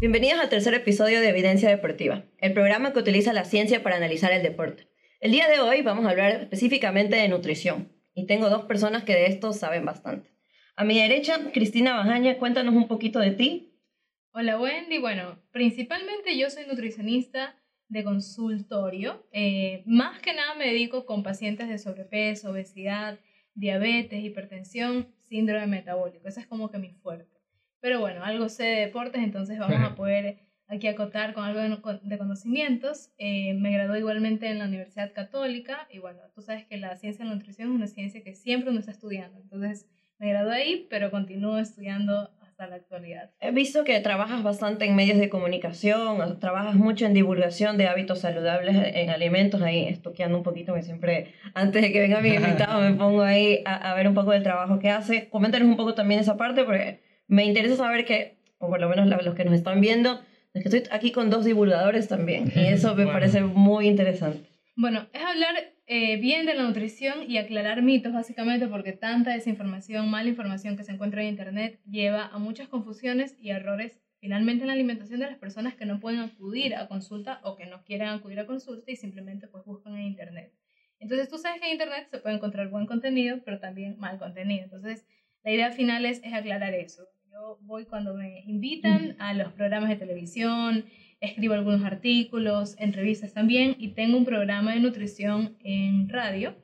Bienvenidos al tercer episodio de Evidencia Deportiva, el programa que utiliza la ciencia para analizar el deporte. El día de hoy vamos a hablar específicamente de nutrición y tengo dos personas que de esto saben bastante. A mi derecha, Cristina Bajaña, cuéntanos un poquito de ti. Hola Wendy, bueno, principalmente yo soy nutricionista de consultorio. Más que nada me dedico con pacientes de sobrepeso, obesidad, diabetes, hipertensión, síndrome metabólico. Ese es como que mi fuerte. Pero bueno, algo sé de deportes, entonces vamos a poder aquí acotar con algo de conocimientos. Me gradué igualmente en la Universidad Católica y bueno, tú sabes que la ciencia de la nutrición es una ciencia que siempre uno está estudiando. Entonces me gradué ahí, pero continúo estudiando hasta la actualidad. He visto que trabajas bastante en medios de comunicación, trabajas mucho en divulgación de hábitos saludables en alimentos, ahí estoqueando un poquito, que siempre antes de que venga mi invitado me pongo ahí a ver un poco del trabajo que hace. Coméntanos un poco también esa parte, porque me interesa saber que, o por lo menos los que nos están viendo, es que estoy aquí con dos divulgadores también, y eso me parece muy interesante. Bueno, es hablar bien de la nutrición y aclarar mitos, básicamente, porque tanta desinformación, mala información que se encuentra en Internet lleva a muchas confusiones y errores finalmente en la alimentación de las personas que no pueden acudir a consulta o que no quieren acudir a consulta y simplemente pues buscan en Internet. Entonces tú sabes que en Internet se puede encontrar buen contenido, pero también mal contenido. Entonces la idea final es aclarar eso. Yo voy cuando me invitan a los programas de televisión, escribo algunos artículos, entrevistas también y tengo un programa de nutrición en radio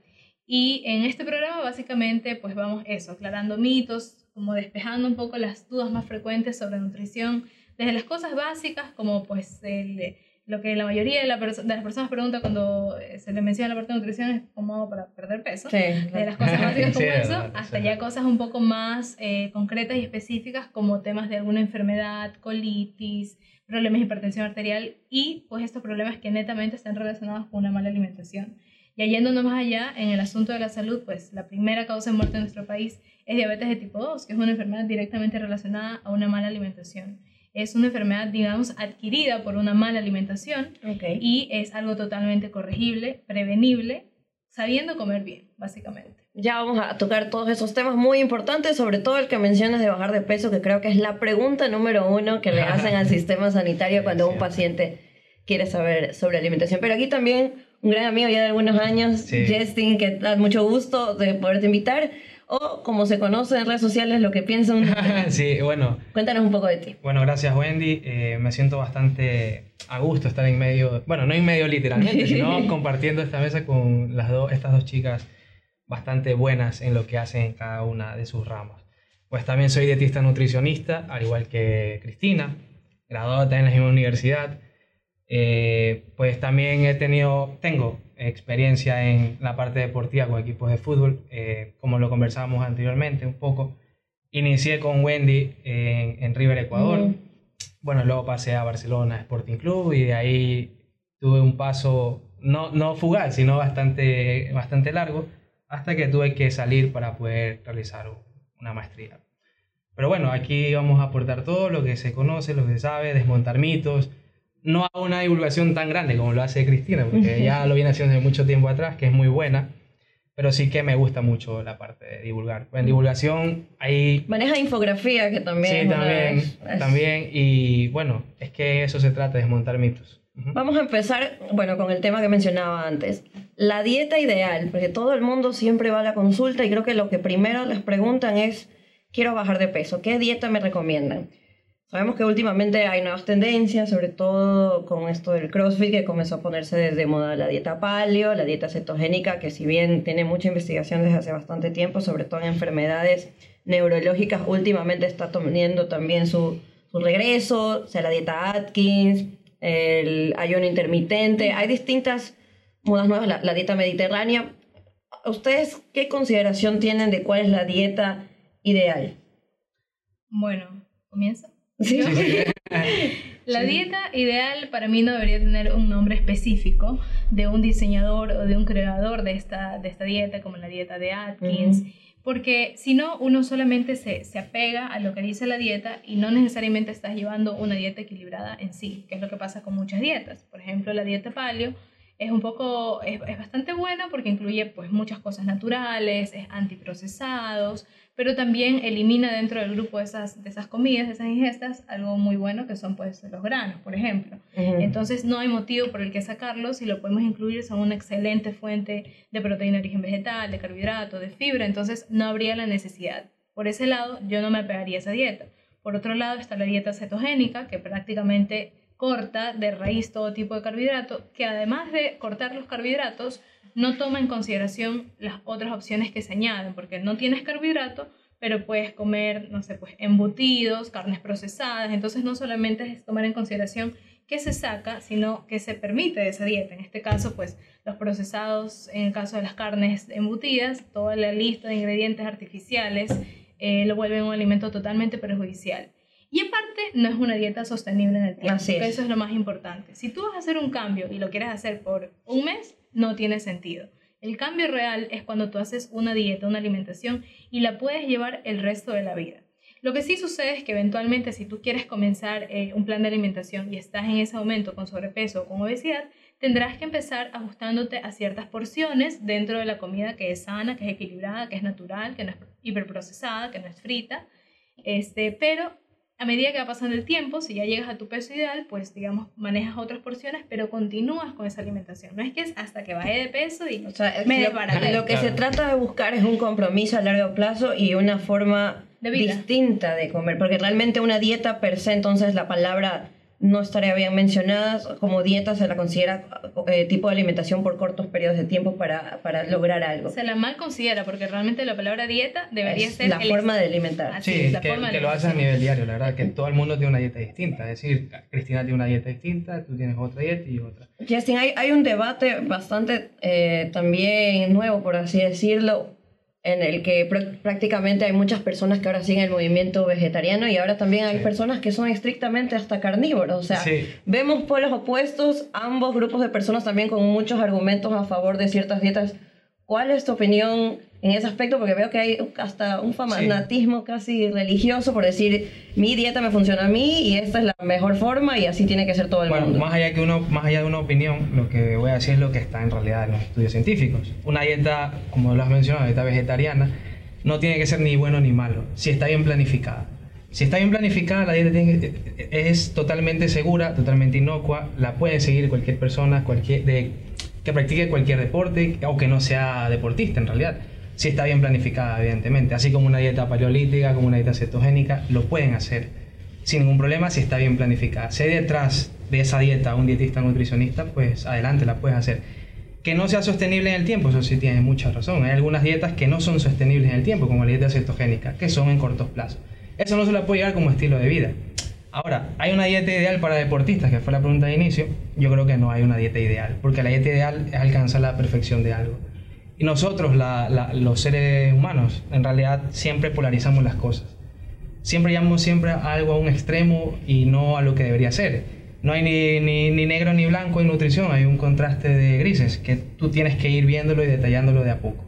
y en este programa básicamente pues vamos eso, aclarando mitos, como despejando un poco las dudas más frecuentes sobre nutrición, desde las cosas básicas como pues lo que la mayoría de las personas pregunta cuando se le menciona la parte de nutrición es cómo hago para perder peso, sí, de las cosas básicas como sí, eso hasta ya cosas un poco más concretas y específicas como temas de alguna enfermedad, colitis, problemas de hipertensión arterial y pues estos problemas que netamente están relacionados con una mala alimentación. Y yéndonos más allá, en el asunto de la salud, pues la primera causa de muerte en nuestro país es diabetes de tipo 2, que es una enfermedad directamente relacionada a una mala alimentación. Es una enfermedad, digamos, adquirida por una mala alimentación y es algo totalmente corregible, prevenible, sabiendo comer bien, básicamente. Ya vamos a tocar todos esos temas muy importantes, sobre todo el que mencionas de bajar de peso, que creo que es la pregunta número uno que le hacen al sistema sanitario cuando un paciente quiere saber sobre alimentación. Pero aquí también un gran amigo ya de algunos años, Justin, que da mucho gusto de poderte invitar, o como se conoce en redes sociales, lo que piensan. Sí, bueno. Cuéntanos un poco de ti. Bueno, gracias Wendy. Me siento bastante a gusto estar en medio, bueno, no en medio literalmente, sino compartiendo esta mesa con estas dos chicas bastante buenas en lo que hacen en cada una de sus ramas. Pues también soy dietista nutricionista, al igual que Cristina, graduada también en la misma universidad. Pues también tengo experiencia en la parte deportiva con equipos de fútbol, como lo conversábamos anteriormente un poco. Inicié con Wendy en River, Ecuador. Bueno, luego pasé a Barcelona Sporting Club y de ahí tuve un paso no fugaz, sino bastante largo, hasta que tuve que salir para poder realizar una maestría. Pero bueno, aquí vamos a aportar todo lo que se conoce, lo que se sabe, desmontar mitos. No hago una divulgación tan grande como lo hace Cristina, porque ya lo viene haciendo desde mucho tiempo atrás, que es muy buena, pero sí que me gusta mucho la parte de divulgar. En divulgación hay... Maneja infografía, que también... Sí, también, y bueno, es que eso se trata, de desmontar mitos. Vamos a empezar, bueno, con el tema que mencionaba antes. La dieta ideal, porque todo el mundo siempre va a la consulta y creo que lo que primero les preguntan es, quiero bajar de peso, ¿qué dieta me recomiendan? Sabemos que últimamente hay nuevas tendencias, sobre todo con esto del CrossFit, que comenzó a ponerse de moda la dieta paleo, la dieta cetogénica, que si bien tiene mucha investigación desde hace bastante tiempo, sobre todo en enfermedades neurológicas, últimamente está teniendo también su regreso, o sea, la dieta Atkins, el ayuno intermitente, hay distintas modas nuevas, la dieta mediterránea. ¿Ustedes qué consideración tienen de cuál es la dieta ideal? Bueno, ¿comienzo? Sí. La dieta ideal para mí no debería tener un nombre específico de un diseñador o de un creador de esta dieta, como la dieta de Atkins, porque si no, uno solamente se apega a lo que dice la dieta y no necesariamente estás llevando una dieta equilibrada en sí, que es lo que pasa con muchas dietas. Por ejemplo, la dieta paleo es bastante bueno porque incluye pues muchas cosas naturales, es antiprocesados, pero también elimina dentro del grupo de esas comidas, de esas ingestas, algo muy bueno que son pues los granos, por ejemplo. Entonces no hay motivo por el que sacarlos y lo podemos incluir, son una excelente fuente de proteína de origen vegetal, de carbohidrato, de fibra, entonces no habría la necesidad. Por ese lado yo no me apegaría a esa dieta. Por otro lado está la dieta cetogénica, que prácticamente corta de raíz todo tipo de carbohidrato, que además de cortar los carbohidratos, no toma en consideración las otras opciones que se añaden, porque no tienes carbohidrato, pero puedes comer, no sé, pues embutidos, carnes procesadas, entonces no solamente es tomar en consideración qué se saca, sino qué se permite de esa dieta. En este caso, pues los procesados, en el caso de las carnes embutidas, toda la lista de ingredientes artificiales lo vuelven un alimento totalmente perjudicial. Y aparte, no es una dieta sostenible en el tiempo, que eso es lo más importante. Si tú vas a hacer un cambio y lo quieres hacer por un mes, no tiene sentido. El cambio real es cuando tú haces una dieta, una alimentación, y la puedes llevar el resto de la vida. Lo que sí sucede es que eventualmente, si tú quieres comenzar un plan de alimentación y estás en ese momento con sobrepeso o con obesidad, tendrás que empezar ajustándote a ciertas porciones dentro de la comida que es sana, que es equilibrada, que es natural, que no es hiperprocesada, que no es frita, pero a medida que va pasando el tiempo, si ya llegas a tu peso ideal, pues digamos, manejas otras porciones, pero continúas con esa alimentación. No es que es hasta que bajé de peso y me desbaraté. Lo que se trata de buscar es un compromiso a largo plazo y una forma distinta de comer, porque realmente una dieta per se, entonces la palabra no estaría bien mencionada. Como dieta se la considera tipo de alimentación por cortos periodos de tiempo para lograr algo. Se la mal considera porque realmente la palabra dieta debería ser la forma de alimentar. Sí, que lo haces a nivel diario, la verdad, que todo el mundo tiene una dieta distinta. Es decir, Cristina tiene una dieta distinta, tú tienes otra dieta y otra. Justin, hay un debate bastante también nuevo, por así decirlo, en el que prácticamente hay muchas personas que ahora siguen el movimiento vegetariano y ahora también hay personas que son estrictamente hasta carnívoros. O sea, vemos polos opuestos, ambos grupos de personas también con muchos argumentos a favor de ciertas dietas. ¿Cuál es tu opinión en ese aspecto? Porque veo que hay hasta un fanatismo casi religioso por decir, mi dieta me funciona a mí y esta es la mejor forma y así tiene que ser todo el mundo. Más allá de una opinión, lo que voy a decir es lo que está en realidad en los estudios científicos. Una dieta, como lo has mencionado, dieta vegetariana, no tiene que ser ni bueno ni malo, si está bien planificada. Si está bien planificada, la dieta es totalmente segura, totalmente inocua, la puede seguir cualquier persona, que practique cualquier deporte o que no sea deportista en realidad, si está bien planificada evidentemente, así como una dieta paleolítica, como una dieta cetogénica, lo pueden hacer sin ningún problema si está bien planificada. Si hay detrás de esa dieta un dietista nutricionista, pues adelante, la puedes hacer. Que no sea sostenible en el tiempo, eso sí tiene mucha razón. Hay algunas dietas que no son sostenibles en el tiempo, como la dieta cetogénica, que son en cortos plazos. Eso no se la puede llevar como estilo de vida. Ahora, ¿hay una dieta ideal para deportistas? Que fue la pregunta de inicio. Yo creo que no hay una dieta ideal, porque la dieta ideal es alcanzar la perfección de algo. Y nosotros, los seres humanos, en realidad siempre polarizamos las cosas. Siempre llevamos algo a un extremo y no a lo que debería ser. No hay ni negro ni blanco en nutrición, hay un contraste de grises que tú tienes que ir viéndolo y detallándolo de a poco.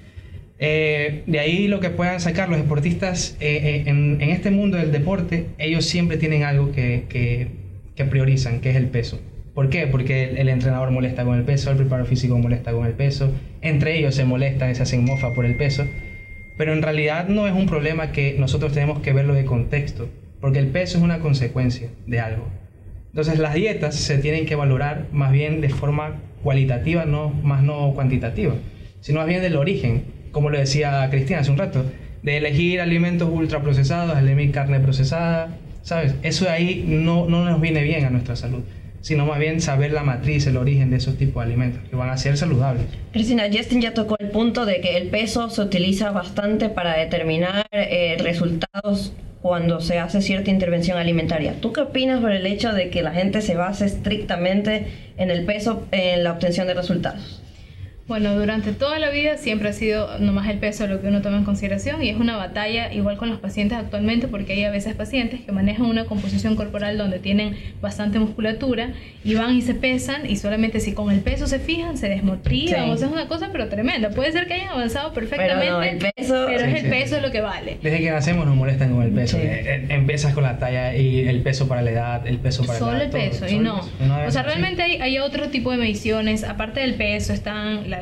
De ahí lo que puedan sacar los deportistas en este mundo del deporte, ellos siempre tienen algo que priorizan, que es el peso. ¿Por qué? Porque el entrenador molesta con el peso, el preparador físico molesta con el peso, entre ellos se molestan y se hacen mofa por el peso, pero en realidad no es un problema que nosotros tenemos que verlo de contexto, porque el peso es una consecuencia de algo. Entonces las dietas se tienen que valorar más bien de forma cualitativa, no cuantitativa, sino más bien del origen, como lo decía Cristina hace un rato, de elegir alimentos ultraprocesados, elegir carne procesada, ¿sabes? Eso de ahí no nos viene bien a nuestra salud, sino más bien saber la matriz, el origen de esos tipos de alimentos, que van a ser saludables. Cristina, Justin ya tocó el punto de que el peso se utiliza bastante para determinar resultados cuando se hace cierta intervención alimentaria. ¿Tú qué opinas sobre el hecho de que la gente se base estrictamente en el peso en la obtención de resultados? Bueno, durante toda la vida siempre ha sido nomás el peso lo que uno toma en consideración, y es una batalla igual con los pacientes actualmente, porque hay a veces pacientes que manejan una composición corporal donde tienen bastante musculatura y van y se pesan, y solamente si con el peso se fijan se desmotivan. O sea, es una cosa pero tremenda. Puede ser que hayan avanzado perfectamente, pero, no, el peso, pero es el peso lo que vale. Desde que nacemos nos molestan con el peso. Empiezas con la talla y el peso para la edad, el peso para solo la edad. el peso, todo. y no. O sea, así. realmente hay otro tipo de mediciones. Aparte del peso están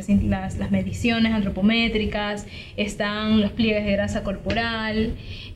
las mediciones antropométricas, están los pliegues de grasa corporal,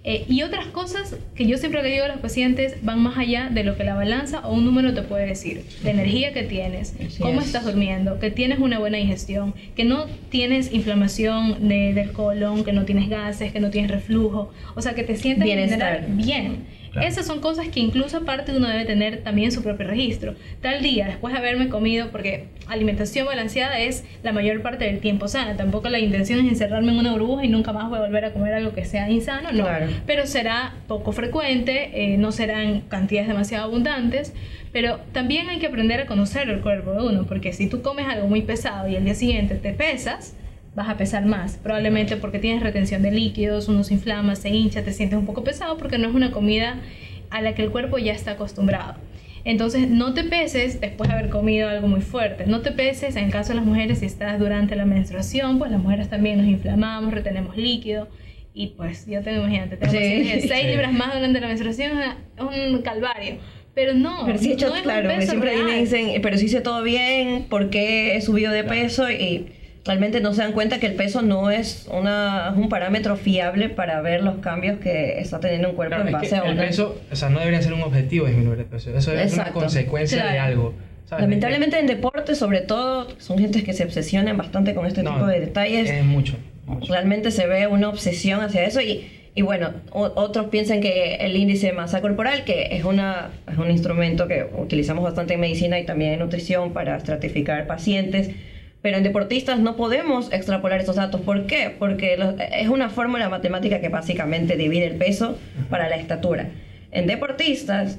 y otras cosas que yo siempre le digo a los pacientes van más allá de lo que la balanza o un número te puede decir. La energía que tienes, cómo estás durmiendo, que tienes una buena digestión, que no tienes inflamación del colon, que no tienes gases, que no tienes reflujo, o sea, que te sientes en general bien. Claro. Esas son cosas que incluso aparte uno debe tener también su propio registro. Tal día, después de haberme comido, porque alimentación balanceada es la mayor parte del tiempo sana. Tampoco la intención es encerrarme en una burbuja y nunca más voy a volver a comer algo que sea insano, no. Claro. Pero será poco frecuente, no serán cantidades demasiado abundantes. Pero también hay que aprender a conocer el cuerpo de uno, porque si tú comes algo muy pesado y al día siguiente te pesas, vas a pesar más, probablemente porque tienes retención de líquidos, uno se inflama, se hincha, te sientes un poco pesado porque no es una comida a la que el cuerpo ya está acostumbrado. Entonces no te peses después de haber comido algo muy fuerte, no te peses en el caso de las mujeres si estás durante la menstruación, pues las mujeres también nos inflamamos, retenemos líquido, y pues yo tengo, imagínate, tengo 6 libras más durante la menstruación, es un calvario. Pero no, pero sí, no es claro, un peso siempre real. dicen, pero si hice todo bien, ¿por qué he subido de peso? Y realmente no se dan cuenta que el peso no es un parámetro fiable para ver los cambios que está teniendo un cuerpo, claro, en base a el peso, o sea, no debería ser un objetivo disminuir el peso, eso es una consecuencia de algo, ¿sabes? Lamentablemente en deporte, sobre todo, son gentes que se obsesionan bastante con este tipo de detalles. Es mucho. Realmente se ve una obsesión hacia eso, y bueno, otros piensan que el índice de masa corporal, que es un instrumento que utilizamos bastante en medicina y también en nutrición para estratificar pacientes, pero en deportistas no podemos extrapolar esos datos. ¿Por qué? Porque es una fórmula matemática que básicamente divide el peso para la estatura. En deportistas,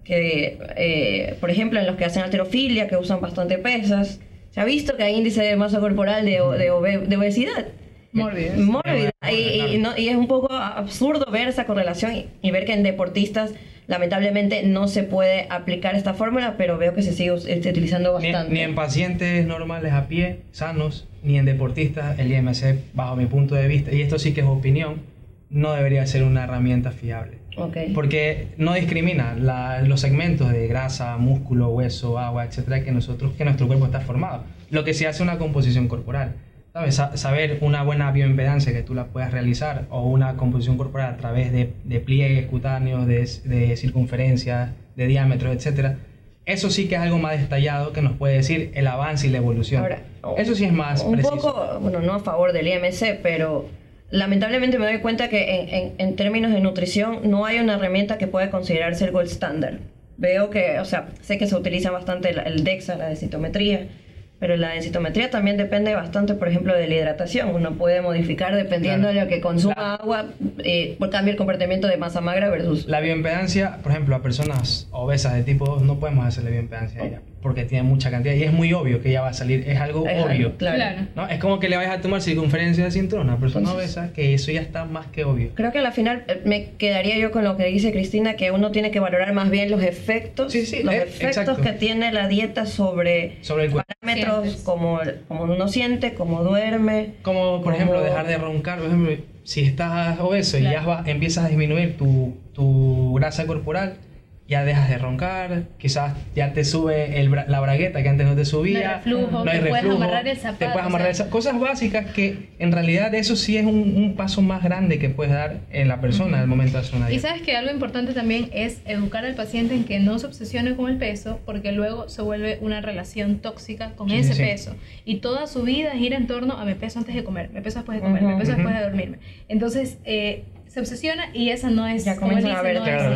por ejemplo, en los que hacen halterofilia, que usan bastante pesas, se ha visto que hay índice de masa corporal de obesidad. Mórbida. Y es un poco absurdo ver esa correlación y ver que en deportistas lamentablemente no se puede aplicar esta fórmula, pero veo que se sigue utilizando bastante. Ni en pacientes normales a pie, sanos, ni en deportistas, el IMC, bajo mi punto de vista, y esto sí que es opinión, no debería ser una herramienta fiable. Porque no discrimina los segmentos de grasa, músculo, hueso, agua, etcétera, que nuestro cuerpo está formado. Lo que sí hace una composición corporal. ¿Sabes? Saber una buena bioimpedancia que tú la puedas realizar, o una composición corporal a través de pliegues cutáneos, de circunferencias, de diámetros, etc. Eso sí que es algo más detallado que nos puede decir el avance y la evolución. Ahora, eso sí es más preciso. Un poco, bueno, no a favor del IMC, pero lamentablemente me doy cuenta que en términos de nutrición no hay una herramienta que pueda considerarse el gold standard. Veo que, o sea, sé que se utiliza bastante el DEXA, la densitometría, pero la densitometría también depende bastante, por ejemplo, de la hidratación. Uno puede modificar dependiendo de lo que consuma agua, por cambio el comportamiento de masa magra versus... La bioimpedancia, por ejemplo, a personas obesas de tipo 2 no podemos hacerle bioimpedancia a ella, porque tiene mucha cantidad y es muy obvio que ella va a salir, es algo obvio. Claro. ¿No? Es como que le vayas a tomar circunferencia de cinturón a una persona obesa, que eso ya está más que obvio. Creo que al final me quedaría yo con lo que dice Cristina, que uno tiene que valorar más bien los efectos, que tiene la dieta sobre el cuerpo. Parámetros como uno siente, cómo duerme. Como, por ejemplo, dejar de roncar. Por ejemplo, si estás obeso y ya empiezas a disminuir tu grasa corporal, ya dejas de roncar, quizás ya te sube la bragueta que antes no te subía, no hay reflujo, puedes amarrar el zapato, te puedes amarrar cosas básicas que en realidad eso sí es un paso más grande que puedes dar en la persona al momento de hacer una dieta. Y sabes que algo importante también es educar al paciente en que no se obsesione con el peso, porque luego se vuelve una relación tóxica con ese peso, y toda su vida gira en torno a me peso antes de comer, me peso después de comer, me peso después de dormirme. Entonces se obsesiona y esa no es... Ya comienzan a ver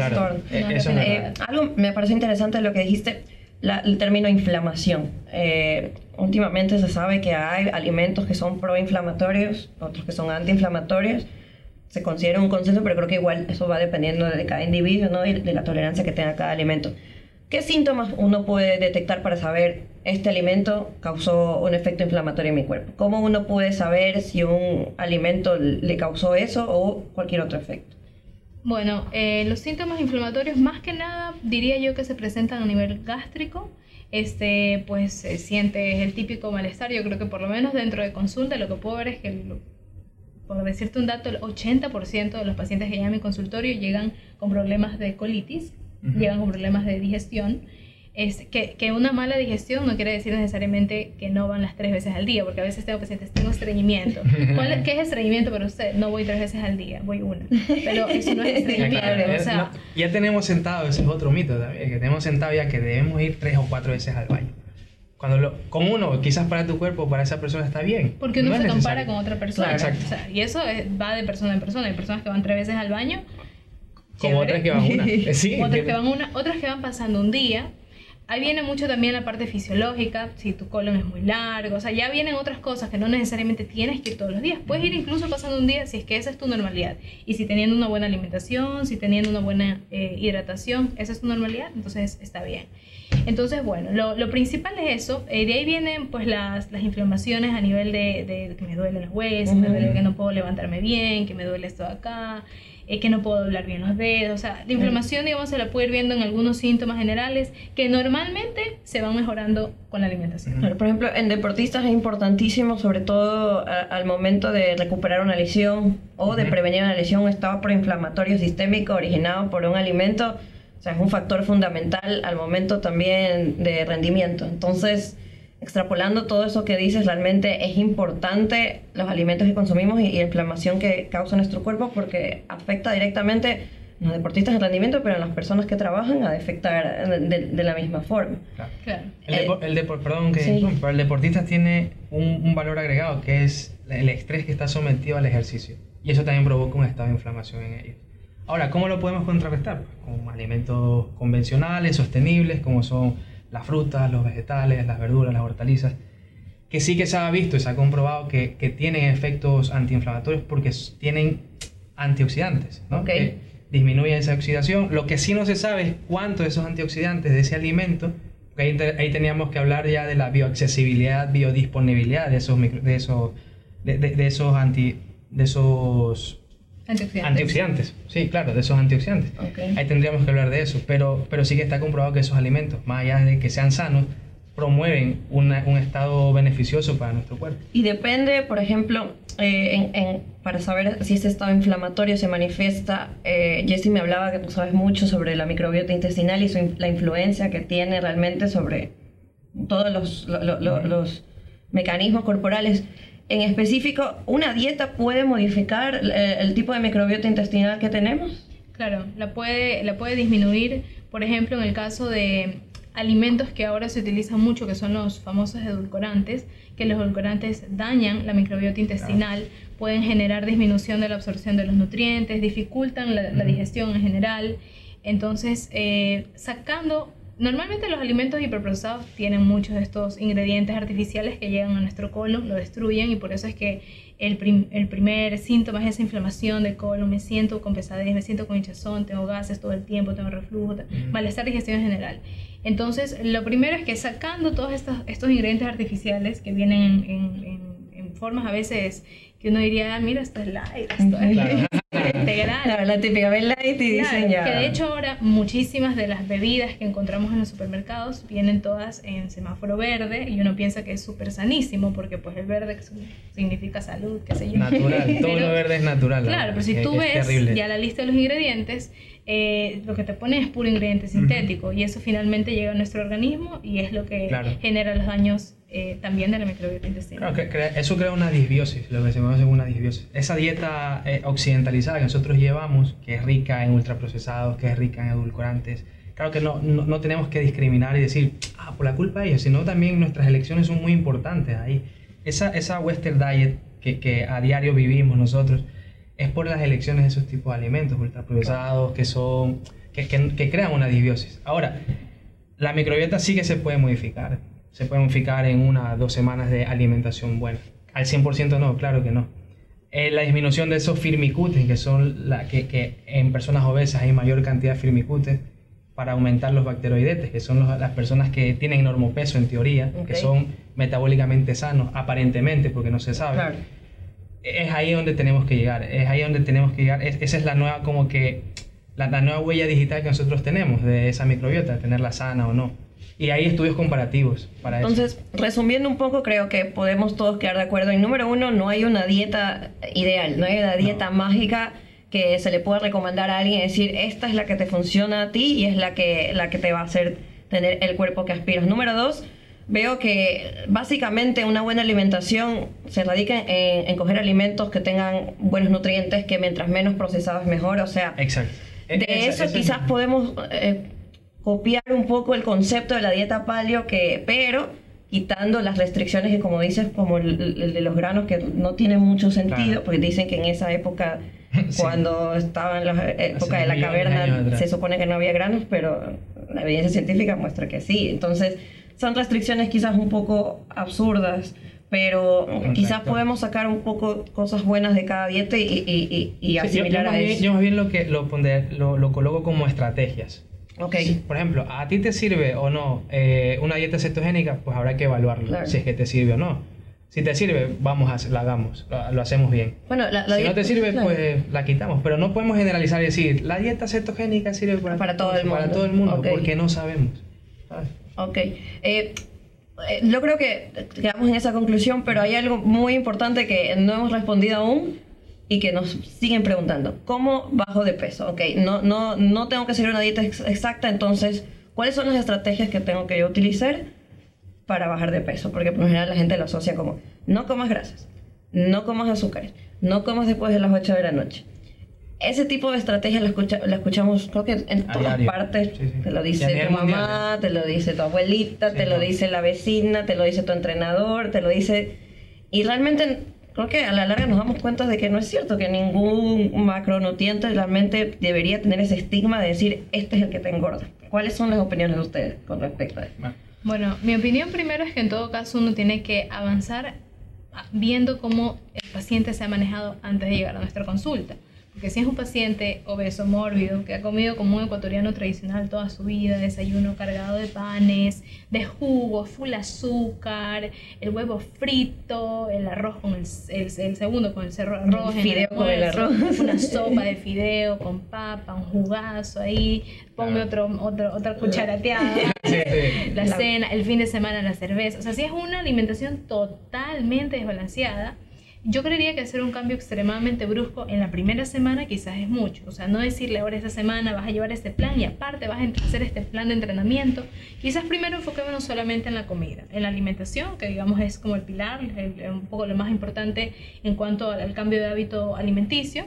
algo me pareció interesante lo que dijiste, el término inflamación. Últimamente se sabe que hay alimentos que son proinflamatorios, otros que son antiinflamatorios. Se considera un consenso, pero creo que igual eso va dependiendo de cada individuo, ¿no? Y de la tolerancia que tenga cada alimento. ¿Qué síntomas uno puede detectar para saber este alimento causó un efecto inflamatorio en mi cuerpo. ¿Cómo uno puede saber si un alimento le causó eso o cualquier otro efecto? Bueno, los síntomas inflamatorios más que nada diría yo que se presentan a nivel gástrico. Pues sientes el típico malestar. Yo creo que por lo menos dentro de consulta lo que puedo ver es que, por decirte un dato, el 80% de los pacientes que llegan a mi consultorio llegan con problemas de colitis, llegan con problemas de digestión. Que una mala digestión no quiere decir necesariamente que no van las 3 veces al día, porque a veces tengo pacientes, tengo estreñimiento. ¿Qué es estreñimiento para usted? No voy 3 veces al día, voy una. Pero eso no es estreñimiento. Claro, o sea, ya tenemos sentado, ese es otro mito también, que tenemos sentado ya que debemos ir 3 o 4 veces al baño. Con uno, quizás para tu cuerpo, para esa persona está bien. Porque uno no se es compara con otra persona. Claro, o sea, y eso va de persona en persona. Hay personas que van 3 veces al baño. Como otras que van una. Sí, otras que van una, otras que van pasando un día. Ahí viene mucho también la parte fisiológica, si tu colon es muy largo, o sea, ya vienen otras cosas que no necesariamente tienes que ir todos los días. Puedes ir incluso pasando un día si es que esa es tu normalidad. Y si teniendo una buena alimentación, si teniendo una buena hidratación, esa es tu normalidad, entonces está bien. Entonces, bueno, lo principal es eso. De ahí vienen pues las inflamaciones a nivel de que me duelen los huesos, me duele que no puedo levantarme bien, que me duele esto de acá, que no puedo doblar bien los dedos. O sea, la inflamación, digamos, se la puede ir viendo en algunos síntomas generales que normalmente se van mejorando con la alimentación. Por ejemplo, en deportistas es importantísimo, sobre todo al momento de recuperar una lesión o de prevenir una lesión, un estado proinflamatorio sistémico originado por un alimento. O sea, es un factor fundamental al momento también de rendimiento. Entonces, extrapolando todo eso que dices, realmente es importante los alimentos que consumimos y la inflamación que causa nuestro cuerpo, porque afecta directamente a los deportistas en rendimiento, pero a las personas que trabajan a afectar de la misma forma. Claro. Pero el deportista tiene un valor agregado, que es el estrés que está sometido al ejercicio. Y eso también provoca un estado de inflamación en ellos. Ahora, ¿cómo lo podemos contrarrestar? Con alimentos convencionales, sostenibles, como son las frutas, los vegetales, las verduras, las hortalizas, que sí que se ha visto y se ha comprobado que tienen efectos antiinflamatorios porque tienen antioxidantes, ¿no? Okay. Que disminuyen esa oxidación. Lo que sí no se sabe es cuánto de esos antioxidantes de ese alimento, porque ahí teníamos que hablar ya de la bioaccesibilidad, biodisponibilidad de esos antioxidantes. Sí, claro, de esos antioxidantes. Okay. Ahí tendríamos que hablar de eso, pero sí que está comprobado que esos alimentos, más allá de que sean sanos, promueven un estado beneficioso para nuestro cuerpo. Y depende, por ejemplo, para saber si ese estado inflamatorio se manifiesta, Jessie me hablaba que tú sabes mucho sobre la microbiota intestinal y la influencia que tiene realmente sobre todos los mecanismos corporales. En específico, ¿una dieta puede modificar el tipo de microbiota intestinal que tenemos? Claro, la puede disminuir, por ejemplo, en el caso de alimentos que ahora se utilizan mucho, que son los famosos edulcorantes, que los edulcorantes dañan la microbiota intestinal, pueden generar disminución de la absorción de los nutrientes, dificultan la digestión en general. Entonces, normalmente los alimentos hiperprocesados tienen muchos de estos ingredientes artificiales que llegan a nuestro colon, lo destruyen, y por eso es que el primer síntoma es esa inflamación de colon. Me siento con pesadez, me siento con hinchazón, tengo gases todo el tiempo, tengo reflujo, malestar, digestión en general. Entonces, lo primero es que sacando todos estos ingredientes artificiales que vienen en formas a veces que uno diría, mira, esto es light, esto es integral. La típica light y dicen ya. Que de hecho ahora muchísimas de las bebidas que encontramos en los supermercados vienen todas en semáforo verde, y uno piensa que es súper sanísimo porque pues el verde significa salud, qué sé yo. Natural, todo lo verde es natural. Claro, pero si tú ves ya la lista de los ingredientes, lo que te pone es puro ingrediente sintético, y eso finalmente llega a nuestro organismo y es lo que genera los daños también de la microbiota intestinal. Claro, eso crea una disbiosis, lo que se conoce como una disbiosis. Esa dieta occidentalizada que nosotros llevamos, que es rica en ultraprocesados, que es rica en edulcorantes, claro que no tenemos que discriminar y decir, por la culpa de ellos, sino también nuestras elecciones son muy importantes ahí. Esa Western Diet que a diario vivimos nosotros, es por las elecciones de esos tipos de alimentos ultraprocesados que crean una disbiosis. Ahora, la microbiota sí que se puede modificar. Se puede modificar en 1 a 2 semanas de alimentación buena. Al 100% no, claro que no. La disminución de esos firmicutes, que son que en personas obesas hay mayor cantidad de firmicutes, para aumentar los bacteroidetes, que son las personas que tienen normopeso en teoría, que son metabólicamente sanos, aparentemente, porque no se sabe. Claro. Es ahí donde tenemos que llegar, esa es la nueva, como que, la nueva huella digital que nosotros tenemos de esa microbiota, tenerla sana o no. Y hay estudios comparativos para Entonces, eso. resumiendo un poco, creo que podemos todos quedar de acuerdo. En número uno, no hay una dieta ideal, no hay una dieta mágica que se le pueda recomendar a alguien y decir, esta es la que te funciona a ti y es la que te va a hacer tener el cuerpo que aspiras. Número dos, veo que básicamente una buena alimentación se radica en coger alimentos que tengan buenos nutrientes, que mientras menos procesados mejor. O sea, exacto. De eso quizás podemos copiar un poco el concepto de la dieta paleo, pero quitando las restricciones que, como dices, como el de los granos, que no tiene mucho sentido, porque dicen que en esa época, cuando estaba en la época de la caverna, se supone que no había granos, pero la evidencia científica muestra que sí. Entonces, son restricciones quizás un poco absurdas, pero quizás podemos sacar un poco cosas buenas de cada dieta y asimilar a eso. Yo más bien lo coloco como estrategias. Okay. Por ejemplo, ¿a ti te sirve o no una dieta cetogénica? Pues habrá que evaluarlo, claro, si es que te sirve o no. Si te sirve, la hagamos, lo hacemos bien. Bueno, si no te sirve, claro, pues la quitamos. Pero no podemos generalizar y decir, la dieta cetogénica sirve para todo el mundo. Para todo el mundo, okay, porque no sabemos, ¿sabes? Ok. Yo creo que quedamos en esa conclusión, pero hay algo muy importante que no hemos respondido aún y que nos siguen preguntando. ¿Cómo bajo de peso? Ok, no tengo que seguir una dieta exacta, entonces, ¿cuáles son las estrategias que tengo que yo utilizar para bajar de peso? Porque por lo general la gente lo asocia como, no comas grasas, no comas azúcares, no comas después de las 8 de la noche. Ese tipo de estrategias la escuchamos, creo que en todas partes. Sí. Te lo dice tu mamá, te lo dice tu abuelita, te lo dice la vecina, te lo dice tu entrenador, te lo dice... Y realmente creo que a la larga nos damos cuenta de que no es cierto, que ningún macronutriente realmente debería tener ese estigma de decir, este es el que te engorda. ¿Cuáles son las opiniones de ustedes con respecto a eso? Bueno, mi opinión primero es que en todo caso uno tiene que avanzar viendo cómo el paciente se ha manejado antes de llegar a nuestra consulta. Porque si es un paciente obeso, mórbido, que ha comido como un ecuatoriano tradicional toda su vida, desayuno cargado de panes, de jugos, full azúcar, el huevo frito, el arroz con el segundo con el arroz, el fideo con el arroz, una sopa de fideo con papa, un jugazo ahí, ponme otra cucharateada, la cena, el fin de semana la cerveza. O sea, si es una alimentación totalmente desbalanceada, yo creería que hacer un cambio extremadamente brusco en la primera semana quizás es mucho. O sea, no decirle ahora esta semana vas a llevar este plan y aparte vas a hacer este plan de entrenamiento. Quizás primero enfoquémonos solamente en la comida, en la alimentación, que digamos es como el pilar, un poco lo más importante en cuanto al cambio de hábito alimenticio.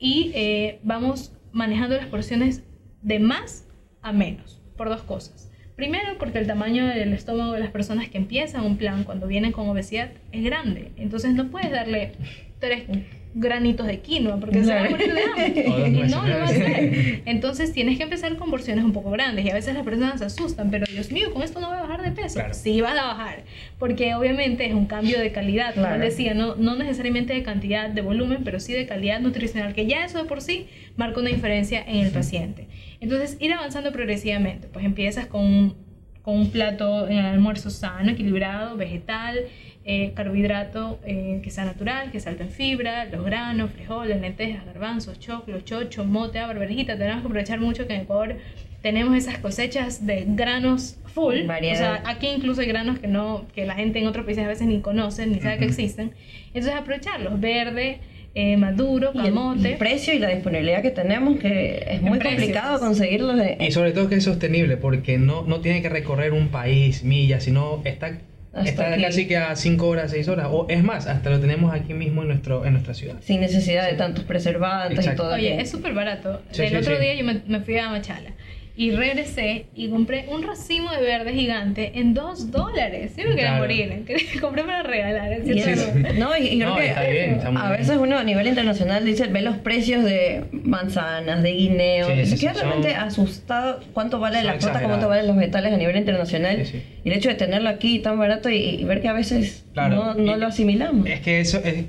Y vamos manejando las porciones de más a menos, por dos cosas. Primero, porque el tamaño del estómago de las personas que empiezan un plan cuando vienen con obesidad es grande. Entonces no puedes darle 3 granitos de quinoa porque se va a morir de hambre. No lo va a hacer. Entonces tienes que empezar con porciones un poco grandes y a veces las personas se asustan, pero Dios mío, con esto no voy a bajar de peso. Claro. Sí vas a bajar, porque obviamente es un cambio de calidad. Como decía, no necesariamente de cantidad, de volumen, pero sí de calidad nutricional, que ya eso de por sí marca una diferencia en el paciente. Entonces ir avanzando progresivamente, pues empiezas con un plato en el almuerzo sano, equilibrado, vegetal, carbohidrato que sea natural, que sea alto en fibra, los granos, frijoles, lentejas, garbanzos, choclo, chocho, mote, barberjita. Tenemos que aprovechar mucho que en Ecuador tenemos esas cosechas de granos full. Variedad. O sea, aquí incluso hay granos que la gente en otros países a veces ni conoce, ni sabe que existen. Entonces aprovecharlos, verde, maduro, camote. El precio y la disponibilidad que tenemos, que es muy complicado conseguirlos. Y sobre todo que es sostenible, porque no tiene que recorrer un país, millas, sino está casi que a 5 horas, 6 horas, o es más, hasta lo tenemos aquí mismo en nuestra ciudad. Sin necesidad de tantos preservantes. Exacto. Y todo. Oye, es súper barato. El otro día yo me fui a Machala y regresé y compré un racimo de verde gigante en $2. Sí me quería morir, compré para regalar. No, y creo que bien, a veces uno a nivel internacional ve los precios de manzanas, de guineo, se queda realmente asustado cuánto vale la fruta, cuánto valen los vegetales a nivel internacional. Y el hecho de tenerlo aquí tan barato y ver que a veces no lo asimilamos. Es que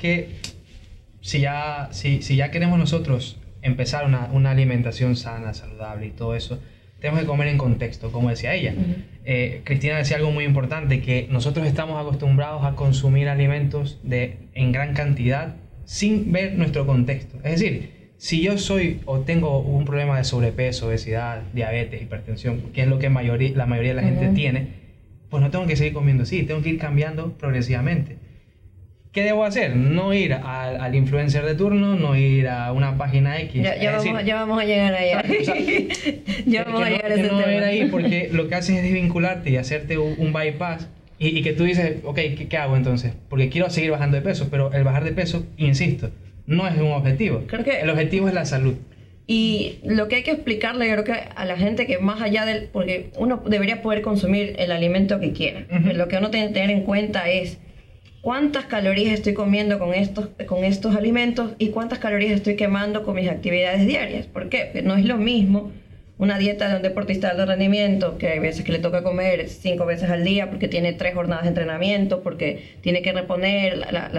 si ya queremos nosotros empezar una alimentación sana, saludable y todo eso, tenemos que comer en contexto, como decía ella. Cristina decía algo muy importante, que nosotros estamos acostumbrados a consumir alimentos en gran cantidad sin ver nuestro contexto. Es decir, si yo soy o tengo un problema de sobrepeso, obesidad, diabetes, hipertensión, que es lo que la mayoría de la gente tiene, pues no tengo que seguir comiendo así, tengo que ir cambiando progresivamente. ¿Qué debo hacer? No ir al influencer de turno, no ir a una página X. Ya vamos a llegar allá. Ya vamos a llegar a ese tema. No ir ahí, porque lo que haces es desvincularte y hacerte un bypass y que tú dices, ok, ¿qué hago entonces? Porque quiero seguir bajando de peso, pero el bajar de peso, insisto, no es un objetivo. Creo que el objetivo es la salud. Y lo que hay que explicarle, yo creo que a la gente, que más allá del... Porque uno debería poder consumir el alimento que quiera. Lo que uno tiene que tener en cuenta es cuántas calorías estoy comiendo con estos alimentos y cuántas calorías estoy quemando con mis actividades diarias. ¿Por qué? Porque no es lo mismo una dieta de un deportista de alto rendimiento, que hay veces que le toca comer 5 veces al día porque tiene 3 jornadas de entrenamiento, porque tiene que reponer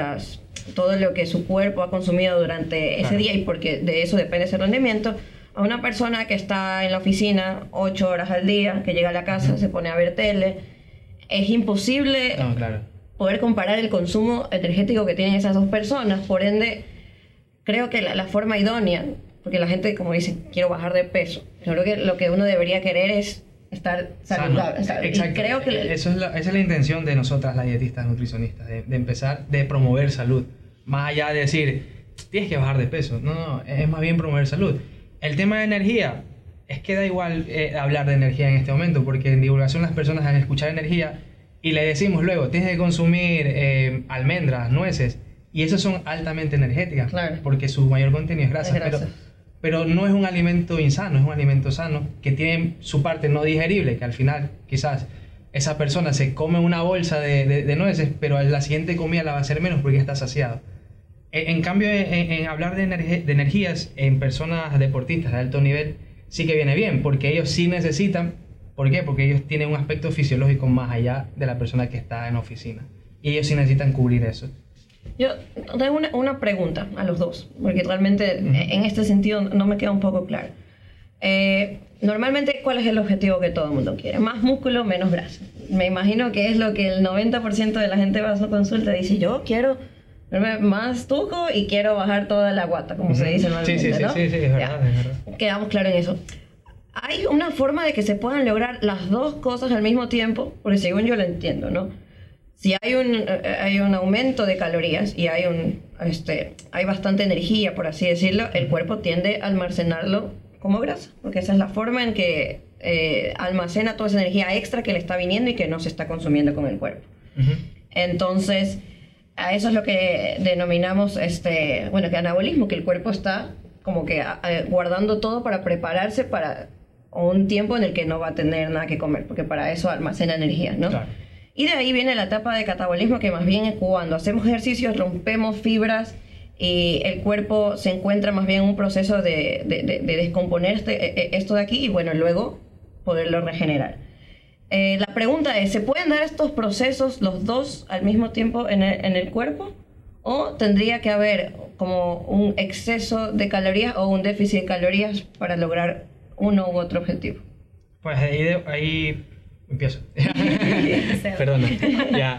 todo lo que su cuerpo ha consumido durante ese día, y porque de eso depende ese rendimiento, a una persona que está en la oficina 8 horas al día, que llega a la casa, se pone a ver tele. Es imposible poder comparar el consumo energético que tienen esas dos personas. Por ende, creo que la forma idónea, porque la gente, como dice, quiero bajar de peso, yo creo que lo que uno debería querer es estar saludable. Exacto. Y creo que esa es la intención de nosotras, las dietistas nutricionistas, de empezar, de promover salud. Más allá de decir, tienes que bajar de peso. No, es más bien promover salud. El tema de energía, es que da igual hablar de energía en este momento, porque en divulgación las personas, al escuchar energía y le decimos luego, tienes que consumir almendras, nueces, y esas son altamente energéticas, porque su mayor contenido es grasa. Pero no es un alimento insano, es un alimento sano que tiene su parte no digerible, que al final quizás esa persona se come una bolsa de nueces, pero la siguiente comida la va a hacer menos porque ya está saciado. En cambio, en hablar de energías en personas deportistas de alto nivel, sí que viene bien, porque ellos sí necesitan. ¿Por qué? Porque ellos tienen un aspecto fisiológico más allá de la persona que está en la oficina. Y ellos sí necesitan cubrir eso. Yo tengo una pregunta a los dos, porque realmente en este sentido no me queda un poco claro. Normalmente, ¿cuál es el objetivo que todo el mundo quiere? Más músculo, menos grasa. Me imagino que es lo que el 90% de la gente va a su consulta y dice, yo quiero más tujo y quiero bajar toda la guata, como se dice normalmente, ¿no? Sí, es verdad. Quedamos claros en eso. ¿Hay una forma de que se puedan lograr las dos cosas al mismo tiempo? Porque según yo lo entiendo, ¿no? Si hay un aumento de calorías y hay bastante energía, por así decirlo, el cuerpo tiende a almacenarlo como grasa, porque esa es la forma en que almacena toda esa energía extra que le está viniendo y que no se está consumiendo con el cuerpo. Entonces, a eso es lo que denominamos que anabolismo, que el cuerpo está como que guardando todo para prepararse para un tiempo en el que no va a tener nada que comer, porque para eso almacena energía, ¿no? Claro. Y de ahí viene la etapa de catabolismo, que más bien es cuando hacemos ejercicios, rompemos fibras y el cuerpo se encuentra más bien en un proceso de descomponer esto de aquí y bueno, luego poderlo regenerar. La pregunta es, ¿se pueden dar estos procesos los dos al mismo tiempo en el cuerpo? ¿O tendría que haber como un exceso de calorías o un déficit de calorías para lograr uno u otro objetivo? Pues ahí empiezo. Perdona. Ya.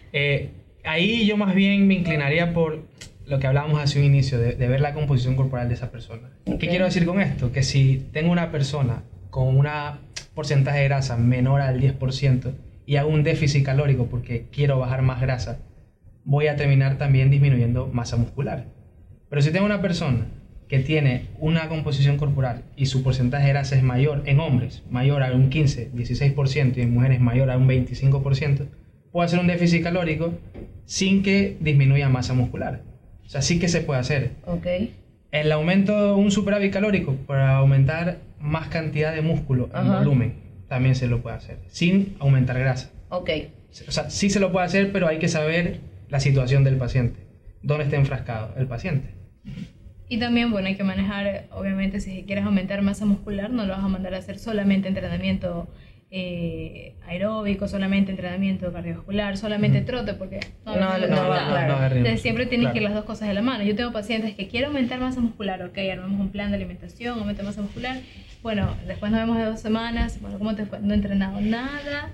Ahí yo más bien me inclinaría por lo que hablábamos hace un inicio, de ver la composición corporal de esa persona. Okay. ¿Qué quiero decir con esto? Que si tengo una persona con un porcentaje de grasa menor al 10% y hago un déficit calórico porque quiero bajar más grasa, voy a terminar también disminuyendo masa muscular. Pero si tengo una persona que tiene una composición corporal y su porcentaje de grasa es mayor en hombres, mayor a un 15, 16% y en mujeres mayor a un 25%, puedo hacer un déficit calórico sin que disminuya masa muscular. O sea, sí que se puede hacer. Okay. El aumento, un superávit calórico para aumentar más cantidad de músculo en volumen, también se lo puede hacer, sin aumentar grasa. Okay. O sea, sí se lo puede hacer, pero hay que saber la situación del paciente, dónde está enfrascado el paciente. Y también, bueno, hay que manejar, obviamente, si quieres aumentar masa muscular, no lo vas a mandar a hacer solamente entrenamiento aeróbico, solamente entrenamiento cardiovascular, solamente trote, porque No va, claro. Entonces siempre tienes que ir claro. las dos cosas de la mano. Yo tengo pacientes que quieren aumentar masa muscular, ok, armamos un plan de alimentación, aumento de masa muscular. Bueno, después nos vemos de 2 semanas, bueno, ¿cómo te fue? No he entrenado nada.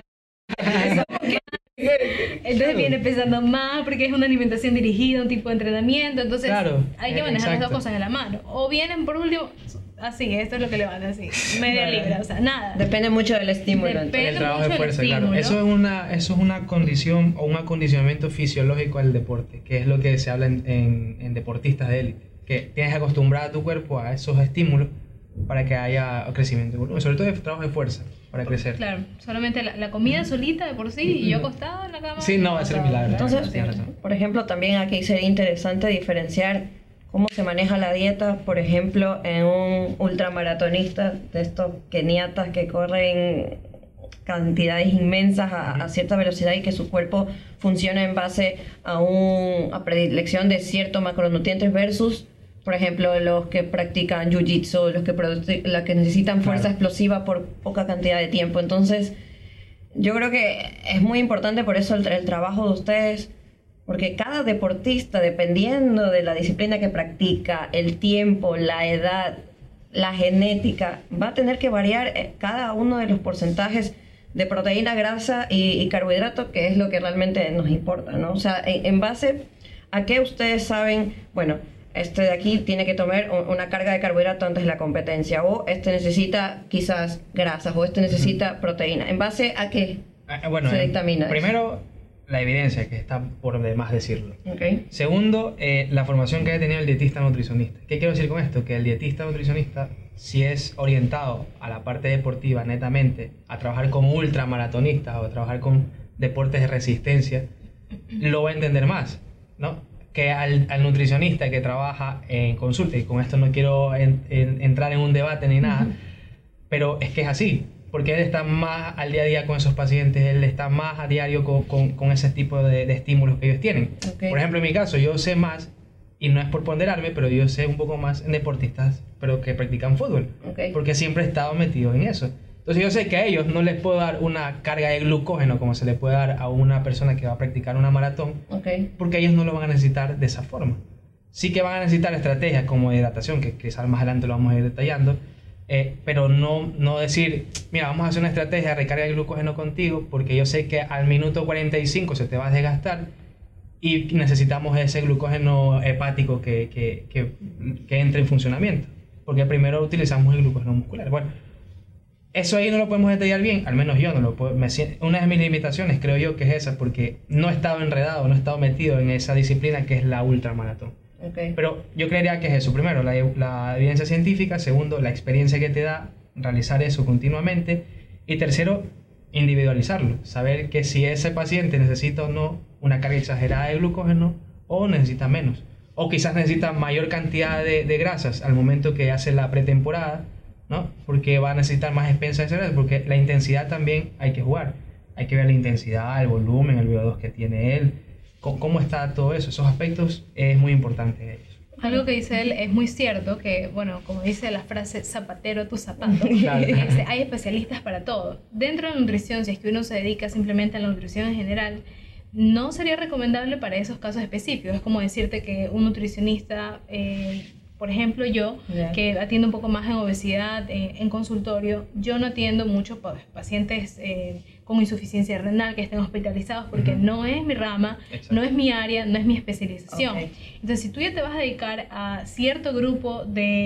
Entonces viene pesando más porque es una alimentación dirigida, un tipo de entrenamiento, entonces Claro, hay que manejar las exacto. dos cosas de la mano. O vienen por último, así, esto es lo que le van así, media Claro. libra, o sea, nada. Depende mucho del estímulo. Depende. El trabajo mucho de del fuerza, claro. estímulo. Eso es una condición o un acondicionamiento fisiológico al deporte, que es lo que se habla en deportistas de élite, que tienes que acostumbrar a tu cuerpo a esos estímulos para que haya crecimiento de volumen, sobre todo el trabajo de fuerza, para crecer. Claro, solamente la comida solita de por sí y yo acostado en la cama. Sí, no, va a ser un milagro. Entonces, Tienes razón. por ejemplo, también aquí sería interesante diferenciar cómo se maneja la dieta, por ejemplo, en un ultramaratonista de estos keniatas que corren cantidades inmensas a cierta velocidad y que su cuerpo funciona en base a predilección de ciertos macronutrientes versus, por ejemplo, los que practican jiu-jitsu, los que necesitan fuerza Claro. explosiva por poca cantidad de tiempo. Entonces, yo creo que es muy importante por eso el trabajo de ustedes, porque cada deportista, dependiendo de la disciplina que practica, el tiempo, la edad, la genética, va a tener que variar cada uno de los porcentajes de proteína, grasa y carbohidrato, que es lo que realmente nos importa, ¿no? O sea, en base a qué ustedes saben, bueno, este de aquí tiene que tomar una carga de carbohidrato antes de la competencia, o este necesita quizás grasas, o este necesita proteína. ¿En base a qué Bueno, se dictamina eso? primero, la evidencia, que está por demás decirlo. Okay. Segundo, la formación que ha tenido el dietista nutricionista. ¿Qué quiero decir con esto? Que el dietista nutricionista, si es orientado a la parte deportiva netamente, a trabajar con ultramaratonistas o a trabajar con deportes de resistencia, lo va a entender más, ¿no? Que al nutricionista que trabaja en consulta, y con esto no quiero entrar en un debate ni nada, pero es que es así. Porque él está más al día a día con esos pacientes, él está más a diario con ese tipo de estímulos que ellos tienen. Okay. Por ejemplo, en mi caso, yo sé más, y no es por ponderarme, pero yo sé un poco más en deportistas, pero que practican fútbol, Okay. porque siempre he estado metido en eso. Entonces yo sé que a ellos no les puedo dar una carga de glucógeno como se le puede dar a una persona que va a practicar una maratón, Okay. porque ellos no lo van a necesitar de esa forma. Sí que van a necesitar estrategias como de hidratación, que quizás más adelante lo vamos a ir detallando, pero no decir, mira, vamos a hacer una estrategia de recarga de glucógeno contigo, porque yo sé que al minuto 45 se te va a desgastar y necesitamos ese glucógeno hepático que entre en funcionamiento, porque primero utilizamos el glucógeno muscular. Bueno, eso ahí no lo podemos detallar bien, al menos yo no lo puedo. Una de mis limitaciones creo yo que es esa, porque no he estado enredado, no he estado metido en esa disciplina que es la ultramaratón. Okay. Pero yo creería que es eso. Primero, la evidencia científica. Segundo, la experiencia que te da realizar eso continuamente. Y tercero, individualizarlo. Saber que si ese paciente necesita o no una carga exagerada de glucógeno o necesita menos. O quizás necesita mayor cantidad de grasas al momento que hace la pretemporada, ¿no? Porque va a necesitar más expensa de grasas. Porque la intensidad también hay que jugar. Hay que ver la intensidad, el volumen, el VO2 que tiene él. ¿Cómo está todo eso? Esos aspectos es muy importante de ellos. Algo que dice él es muy cierto, que bueno, como dice la frase zapatero a tu zapato, Claro. hay especialistas para todo. Dentro de nutrición, si es que uno se dedica simplemente a la nutrición en general, no sería recomendable para esos casos específicos. Es como decirte que un nutricionista, por ejemplo yo, Yeah. que atiendo un poco más en obesidad, en consultorio, yo no atiendo mucho pacientes con insuficiencia renal que estén hospitalizados porque no es mi rama, Exacto. no es mi área, no es mi especialización. Okay. Entonces, si tú ya te vas a dedicar a cierto grupo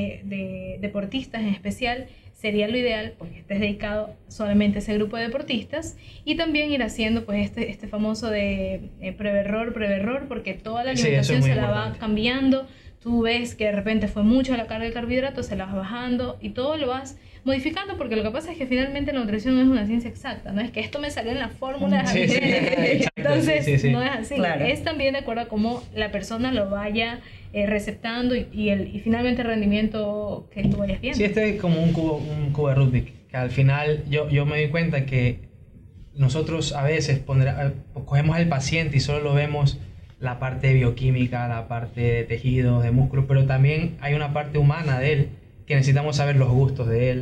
de deportistas en especial, sería lo ideal porque estés dedicado solamente a ese grupo de deportistas y también ir haciendo pues este famoso de prueba-error, porque toda la Sí, eso es alimentación muy se la va importante. cambiando. Tú ves que de repente fue mucho la carga de carbohidratos, se la vas bajando y todo lo vas modificando porque lo que pasa es que finalmente la nutrición no es una ciencia exacta, no es que esto me salió en la fórmula. Sí, sí, exacto, Entonces sí, sí. no es así, Claro. es también de acuerdo a cómo la persona lo vaya receptando y finalmente el rendimiento que tú vayas viendo. Sí, este es como un cubo de Rubik, que al final yo me doy cuenta que nosotros a veces cogemos al paciente y solo lo vemos la parte bioquímica, la parte de tejidos, de músculos, pero también hay una parte humana de él que necesitamos saber los gustos de él,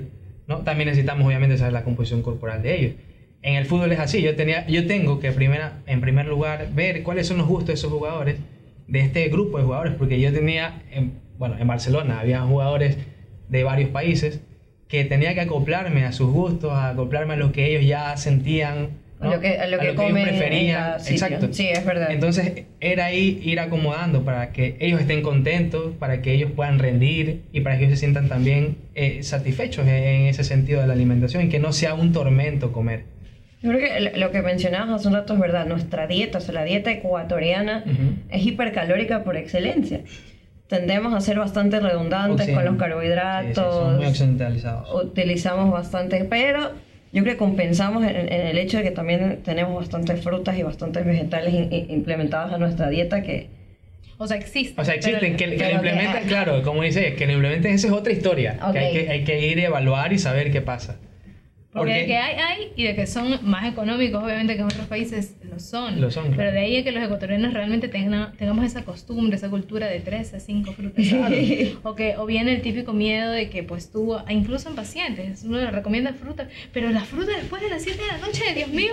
¿no? También necesitamos obviamente saber la composición corporal de ellos. En el fútbol es así, yo tengo que en primer lugar ver cuáles son los gustos de esos jugadores, de este grupo de jugadores, porque yo tenía, en Barcelona había jugadores de varios países que tenía que acoplarme a sus gustos, a acoplarme a lo que ellos ya sentían, ¿no? a lo que ellos comen preferían. Exacto. Sí, es verdad. Entonces era ahí ir acomodando para que ellos estén contentos, para que ellos puedan rendir y para que ellos se sientan también satisfechos en ese sentido de la alimentación y que no sea un tormento comer. Yo creo que lo que mencionabas hace un rato es verdad. Nuestra dieta, o sea, la dieta ecuatoriana es hipercalórica por excelencia. Tendemos a ser bastante redundantes con los carbohidratos. Sí, son muy occidentalizados. Utilizamos bastante, pero yo creo que compensamos en el hecho de que también tenemos bastantes frutas y bastantes vegetales implementados a nuestra dieta que... O sea, existen. O sea, existen, que lo implementen, claro, como dices, que lo implementen, esa es otra historia. Okay. Que hay que ir a evaluar y saber qué pasa. Porque de que hay y de que son más económicos, obviamente, que en otros países lo son. Claro. Pero de ahí a que los ecuatorianos realmente tengamos esa costumbre, esa cultura de 3 a 5 frutas. Claro. O viene el típico miedo de que pues tú, incluso en pacientes, uno le recomienda fruta, pero la fruta después de las 7 de la noche, Dios mío.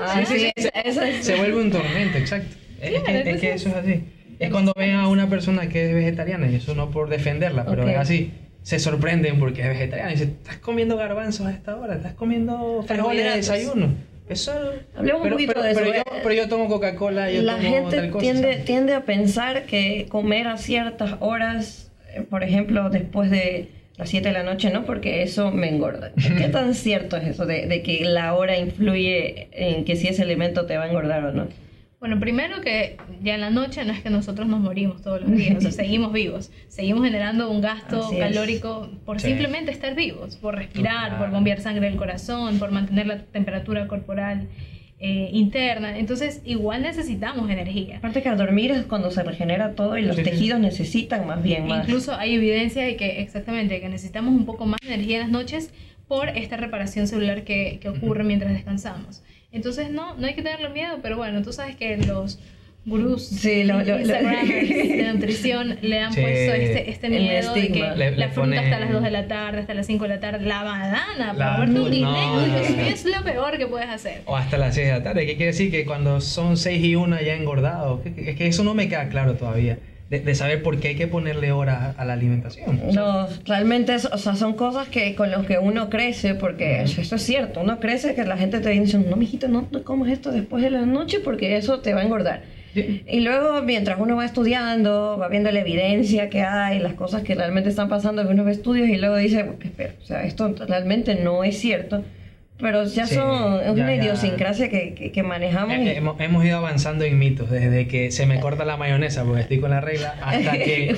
Se vuelve un tormento, exacto. Es que eso es así. Es cuando ven a una persona que es vegetariana, y eso no por defenderla, pero es así. Se sorprenden porque es vegetariana y dicen, ¿estás comiendo garbanzos a esta hora? ¿Estás comiendo frijoles de desayuno? Eso... Hablemos un poquito de eso. Pero yo tomo Coca-Cola, yo tomo tal cosa. La gente tiende a pensar que comer a ciertas horas, por ejemplo, después de las 7 de la noche, ¿no? Porque eso me engorda. ¿Qué tan cierto es eso de que la hora influye en que si ese alimento te va a engordar o no? Bueno, primero que ya en la noche no es que nosotros nos morimos todos los días, o sea, seguimos vivos, seguimos generando un gasto calórico por simplemente estar vivos, por respirar, por bombear sangre del corazón, por mantener la temperatura corporal interna. Entonces igual necesitamos energía. Aparte que al dormir es cuando se regenera todo y los tejidos necesitan más. Incluso hay evidencia de que exactamente que necesitamos un poco más de energía en las noches por esta reparación celular que ocurre mientras descansamos. Entonces no hay que tenerle miedo, pero bueno, tú sabes que los gurús Instagramers de nutrición le han puesto este miedo de que la fruta hasta las 2 de la tarde, hasta las 5 de la tarde, la banana, para comerte un guineo, es lo peor que puedes hacer. O hasta las 6 de la tarde, ¿qué quiere decir? Que cuando son 6 y 1 ya engordado, es que eso no me queda claro todavía. De saber por qué hay que ponerle hora a la alimentación. No, realmente son cosas con las que uno crece, porque eso es cierto, uno crece que la gente te dice, no, mijito, no comas esto después de la noche porque eso te va a engordar. Sí. Y luego, mientras uno va estudiando, va viendo la evidencia que hay, las cosas que realmente están pasando, uno ve estudios y luego dice, espera, o sea, esto realmente no es cierto. Pero ya es una idiosincrasia que manejamos. Hemos ido avanzando en mitos, desde que se me corta la mayonesa porque estoy con la regla, hasta que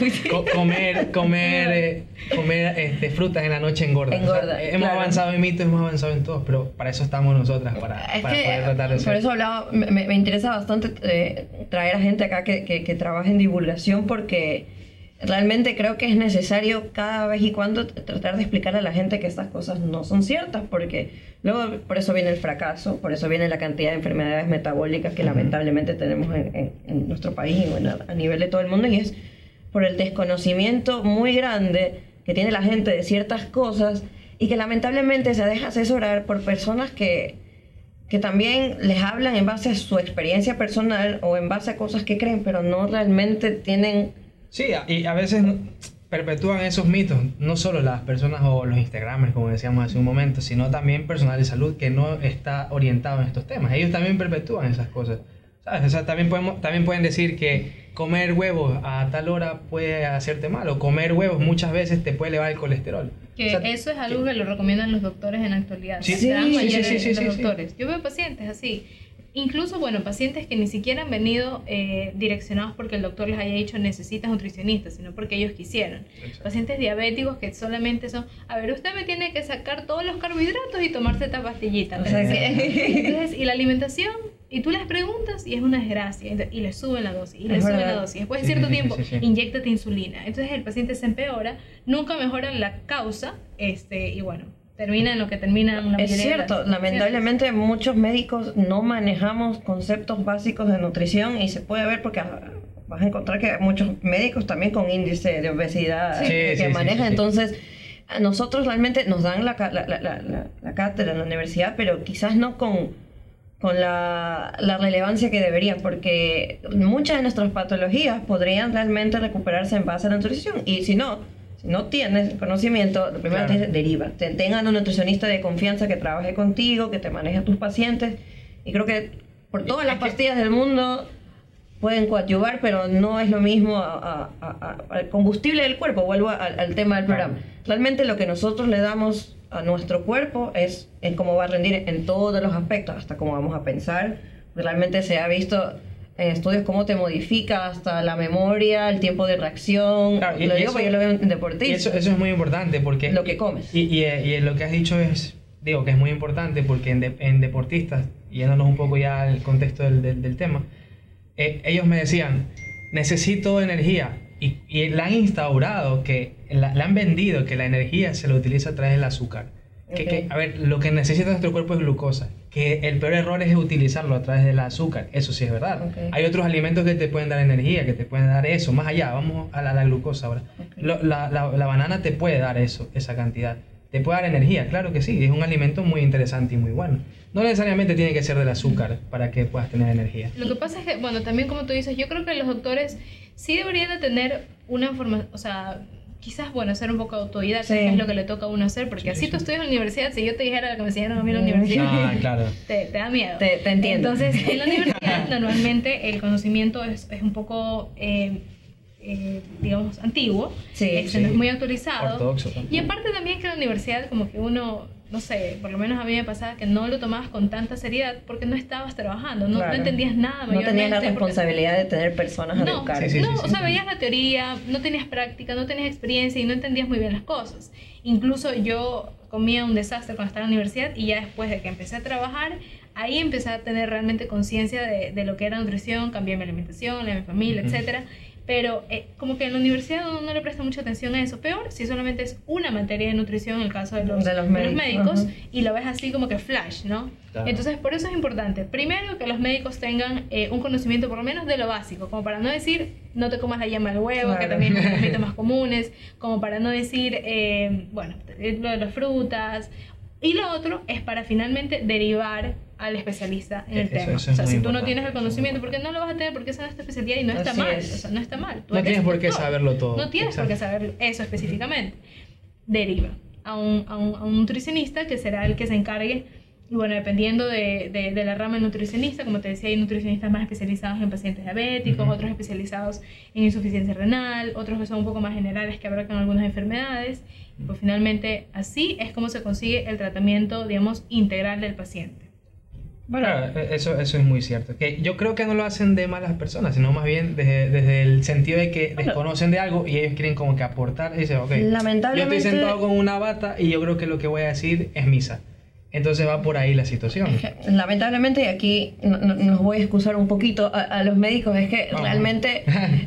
comer frutas en la noche engorda. O sea, hemos avanzado en mitos, hemos avanzado en todos, pero para eso estamos nosotras, para poder tratar de eso. Por eso me interesa bastante traer a gente acá que trabaje en divulgación, porque realmente creo que es necesario cada vez y cuando tratar de explicarle a la gente que estas cosas no son ciertas, porque luego por eso viene el fracaso, por eso viene la cantidad de enfermedades metabólicas que lamentablemente tenemos en nuestro país y bueno, a nivel de todo el mundo, y es por el desconocimiento muy grande que tiene la gente de ciertas cosas y que lamentablemente se deja asesorar por personas que también les hablan en base a su experiencia personal o en base a cosas que creen, pero no realmente tienen... Sí, y a veces perpetúan esos mitos, no solo las personas o los Instagramers, como decíamos hace un momento, sino también personal de salud que no está orientado en estos temas. Ellos también perpetúan esas cosas, ¿sabes? O sea, también pueden decir que comer huevos a tal hora puede hacerte mal, o comer huevos muchas veces te puede elevar el colesterol. Que o sea, eso es algo que lo recomiendan los doctores en la actualidad. Sí, los doctores. Yo veo pacientes así. Incluso, bueno, pacientes que ni siquiera han venido direccionados porque el doctor les haya dicho necesitas nutricionista, sino porque ellos quisieron. Exacto. Pacientes diabéticos que solamente son, a ver, usted me tiene que sacar todos los carbohidratos y tomarse esta pastillita. Entonces, y la alimentación, y tú les preguntas y es una desgracia, y le suben la dosis, y le suben la dosis. Después de cierto tiempo, inyéctate insulina. Entonces el paciente se empeora, nunca mejora la causa, y bueno, termina en lo que termina una Es cierto, lamentablemente muchos médicos no manejamos conceptos básicos de nutrición y se puede ver porque vas a encontrar que hay muchos médicos también con índice de obesidad que manejan. Entonces a nosotros realmente nos dan la cátedra en la universidad, pero quizás no con la relevancia que deberían, porque muchas de nuestras patologías podrían realmente recuperarse en base a la nutrición. Y si no tienes conocimiento, lo primero que deriva. Tengan un nutricionista de confianza que trabaje contigo, que te maneje a tus pacientes. Y creo que por todas las pastillas del mundo pueden coadyuvar, pero no es lo mismo al combustible del cuerpo. Vuelvo al tema del programa. Realmente lo que nosotros le damos a nuestro cuerpo es en cómo va a rendir en todos los aspectos, hasta cómo vamos a pensar. Realmente se ha visto en estudios cómo te modifica hasta la memoria, el tiempo de reacción. Claro, lo digo porque yo lo veo en deportistas. Eso es muy importante porque... Lo que comes. Y lo que has dicho digo que es muy importante porque en deportistas, yéndonos un poco ya al contexto del tema, ellos me decían, necesito energía. Y la han instaurado, la han vendido, que la energía se lo utiliza a través del azúcar. A ver, lo que necesita nuestro cuerpo es glucosa. Que el peor error es utilizarlo a través del azúcar. Eso sí es verdad. Hay otros alimentos que te pueden dar energía, que te pueden dar eso. Más allá, vamos a la glucosa ahora. La banana te puede dar eso, esa cantidad. Te puede dar energía, claro que sí. Es un alimento muy interesante y muy bueno. No necesariamente tiene que ser del azúcar para que puedas tener energía. Lo que pasa es que, bueno, también como tú dices, yo creo que los doctores sí deberían de tener una formación, o sea, quizás, bueno, ser un poco autodidacta, que es lo que le toca a uno hacer, porque así tú estudias en la universidad, si yo te dijera lo que me enseñaron a mí en la universidad, claro. te da miedo. Te entiendo. Entonces, en la universidad normalmente el conocimiento es un poco... digamos, antiguo, no es muy actualizado. Ortodoxo también. Y aparte también que en la universidad como que uno, no sé, por lo menos a mí me pasaba que no lo tomabas con tanta seriedad porque no estabas trabajando, no entendías nada mayormente. No tenías la responsabilidad de tener personas a educar. O sea, veías la teoría, no tenías práctica, no tenías experiencia y no entendías muy bien las cosas. Incluso yo comía un desastre cuando estaba en la universidad y ya después de que empecé a trabajar, ahí empecé a tener realmente conciencia de lo que era nutrición, cambié mi alimentación, la de mi familia, etcétera. Pero como que en la universidad uno no le presta mucha atención a eso. Peor si solamente es una materia de nutrición en el caso de los médicos y lo ves así como que flash, ¿no? Claro. Entonces por eso es importante, primero, que los médicos tengan un conocimiento por lo menos de lo básico, como para no decir no te comas la yema del huevo, que también es uno de los mitos más comunes, como para no decir, bueno, lo de las frutas. Y lo otro es para finalmente derivar al especialista en el tema. O sea, si tú no tienes el conocimiento, porque no lo vas a tener, porque esa no es tu especialidad y no está mal. O sea, no está mal. No tienes por qué saberlo todo. No tienes por qué saber eso específicamente. Deriva a un nutricionista que será el que se encargue. Y bueno, dependiendo de la rama de nutricionista, como te decía, hay nutricionistas más especializados en pacientes diabéticos, otros especializados en insuficiencia renal, otros que son un poco más generales que abarcan algunas enfermedades. Y pues finalmente así es como se consigue el tratamiento, digamos, integral del paciente. Bueno, eso es muy cierto. Que yo creo que no lo hacen de malas personas, sino más bien desde el sentido de que desconocen de algo y ellos quieren como que aportar y dicen, ok, yo estoy sentado con una bata y yo creo que lo que voy a decir es misa. Entonces va por ahí la situación. Lamentablemente, aquí nos voy a excusar un poquito a los médicos, es que realmente...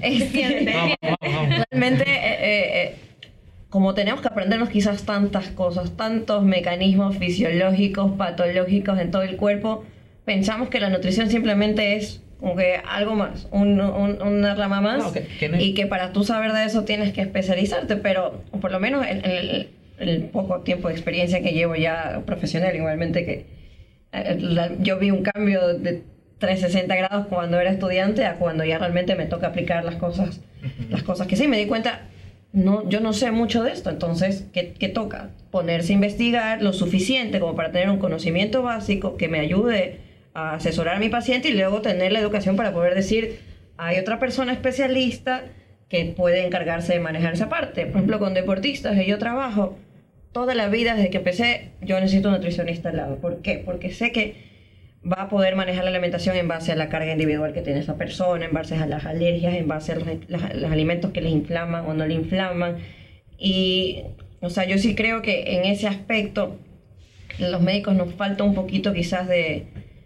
realmente... como tenemos que aprendernos quizás tantas cosas, tantos mecanismos fisiológicos, patológicos en todo el cuerpo, pensamos que la nutrición simplemente es como que algo más, una rama más, y que para tú saber de eso tienes que especializarte, pero por lo menos el poco tiempo de experiencia que llevo ya profesional, igualmente que yo vi un cambio de 360 grados cuando era estudiante a cuando ya realmente me toca aplicar las cosas que sí, me di cuenta. No, yo no sé mucho de esto, entonces, ¿qué toca? Ponerse a investigar lo suficiente como para tener un conocimiento básico que me ayude a asesorar a mi paciente y luego tener la educación para poder decir, hay otra persona especialista que puede encargarse de manejar esa parte. Por ejemplo, con deportistas que yo trabajo, toda la vida desde que empecé, yo necesito un nutricionista al lado. ¿Por qué? Porque sé que va a poder manejar la alimentación en base a la carga individual que tiene esa persona, en base a las alergias, en base a los alimentos que les inflaman o no le inflaman. Y, o sea, yo sí creo que en ese aspecto los médicos nos falta un poquito quizás de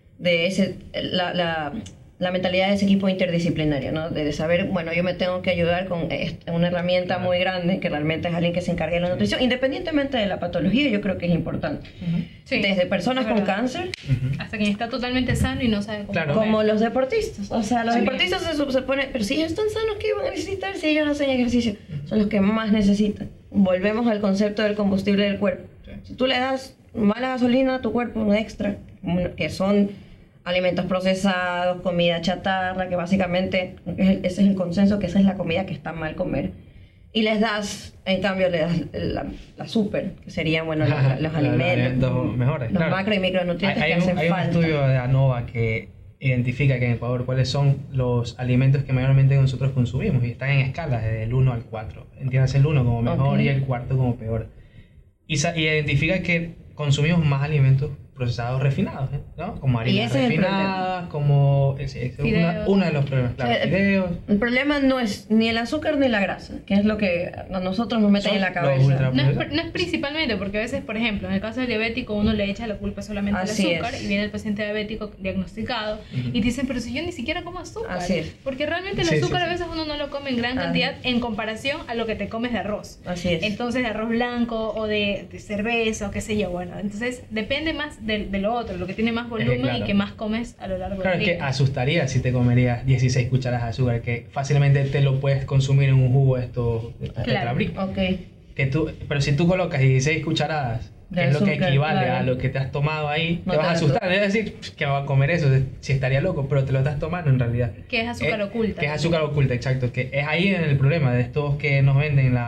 la mentalidad de ese equipo interdisciplinario, ¿no? De saber, bueno, yo me tengo que ayudar con una herramienta muy grande que realmente es alguien que se encargue de la nutrición, independientemente de la patología. Yo creo que es importante. Sí, desde personas con cáncer hasta quien está totalmente sano y no sabe cómo comer. Como los deportistas. O sea, los deportistas se supone, pero si ellos están sanos, ¿qué van a necesitar si ellos hacen ejercicio? Son los que más necesitan. volvemos al concepto del combustible del cuerpo. Si tú le das mala gasolina a tu cuerpo, un extra, que son alimentos procesados, comida chatarra, que básicamente ese es el consenso, que esa es la comida que está mal comer. Y les das, en cambio, le das la super, que serían, bueno, los alimentos mejores, los claro. macro y micronutrientes que hacen hay falta. un estudio de ANOVA que identifica que en Ecuador cuáles son los alimentos que mayormente nosotros consumimos y están en escalas desde el 1 al 4. Entiéndase el 1 como mejor y el 4 como peor. Y identifica que consumimos más alimentos procesados refinados, ¿no? Como harinas refinadas, como uno de los problemas, claro, fideos. El problema no es ni el azúcar ni la grasa, que es lo que a nosotros nos meten en la cabeza. No es principalmente, porque a veces, por ejemplo, en el caso del diabético uno le echa la culpa solamente al azúcar y viene el paciente diabético diagnosticado y dicen, pero si yo ni siquiera como azúcar. Así es. Porque realmente el azúcar a veces uno no lo come en gran cantidad en comparación a lo que te comes de arroz. Así es. Entonces de arroz blanco o de cerveza o qué sé yo, bueno, entonces depende más de lo otro, lo que tiene más volumen y que más comes a lo largo del día. Claro, que asustaría si te comerías 16 cucharadas de azúcar, que fácilmente te lo puedes consumir en un jugo Tetrabric. Pero si tú colocas 16 cucharadas, que es lo que equivale a lo que te has tomado ahí, te vas a asustar. Es decir, que va a comer eso, si estaría loco, pero te lo estás tomando en realidad. Que es azúcar oculta. Que es azúcar oculta, exacto. Que es ahí el problema de estos que nos venden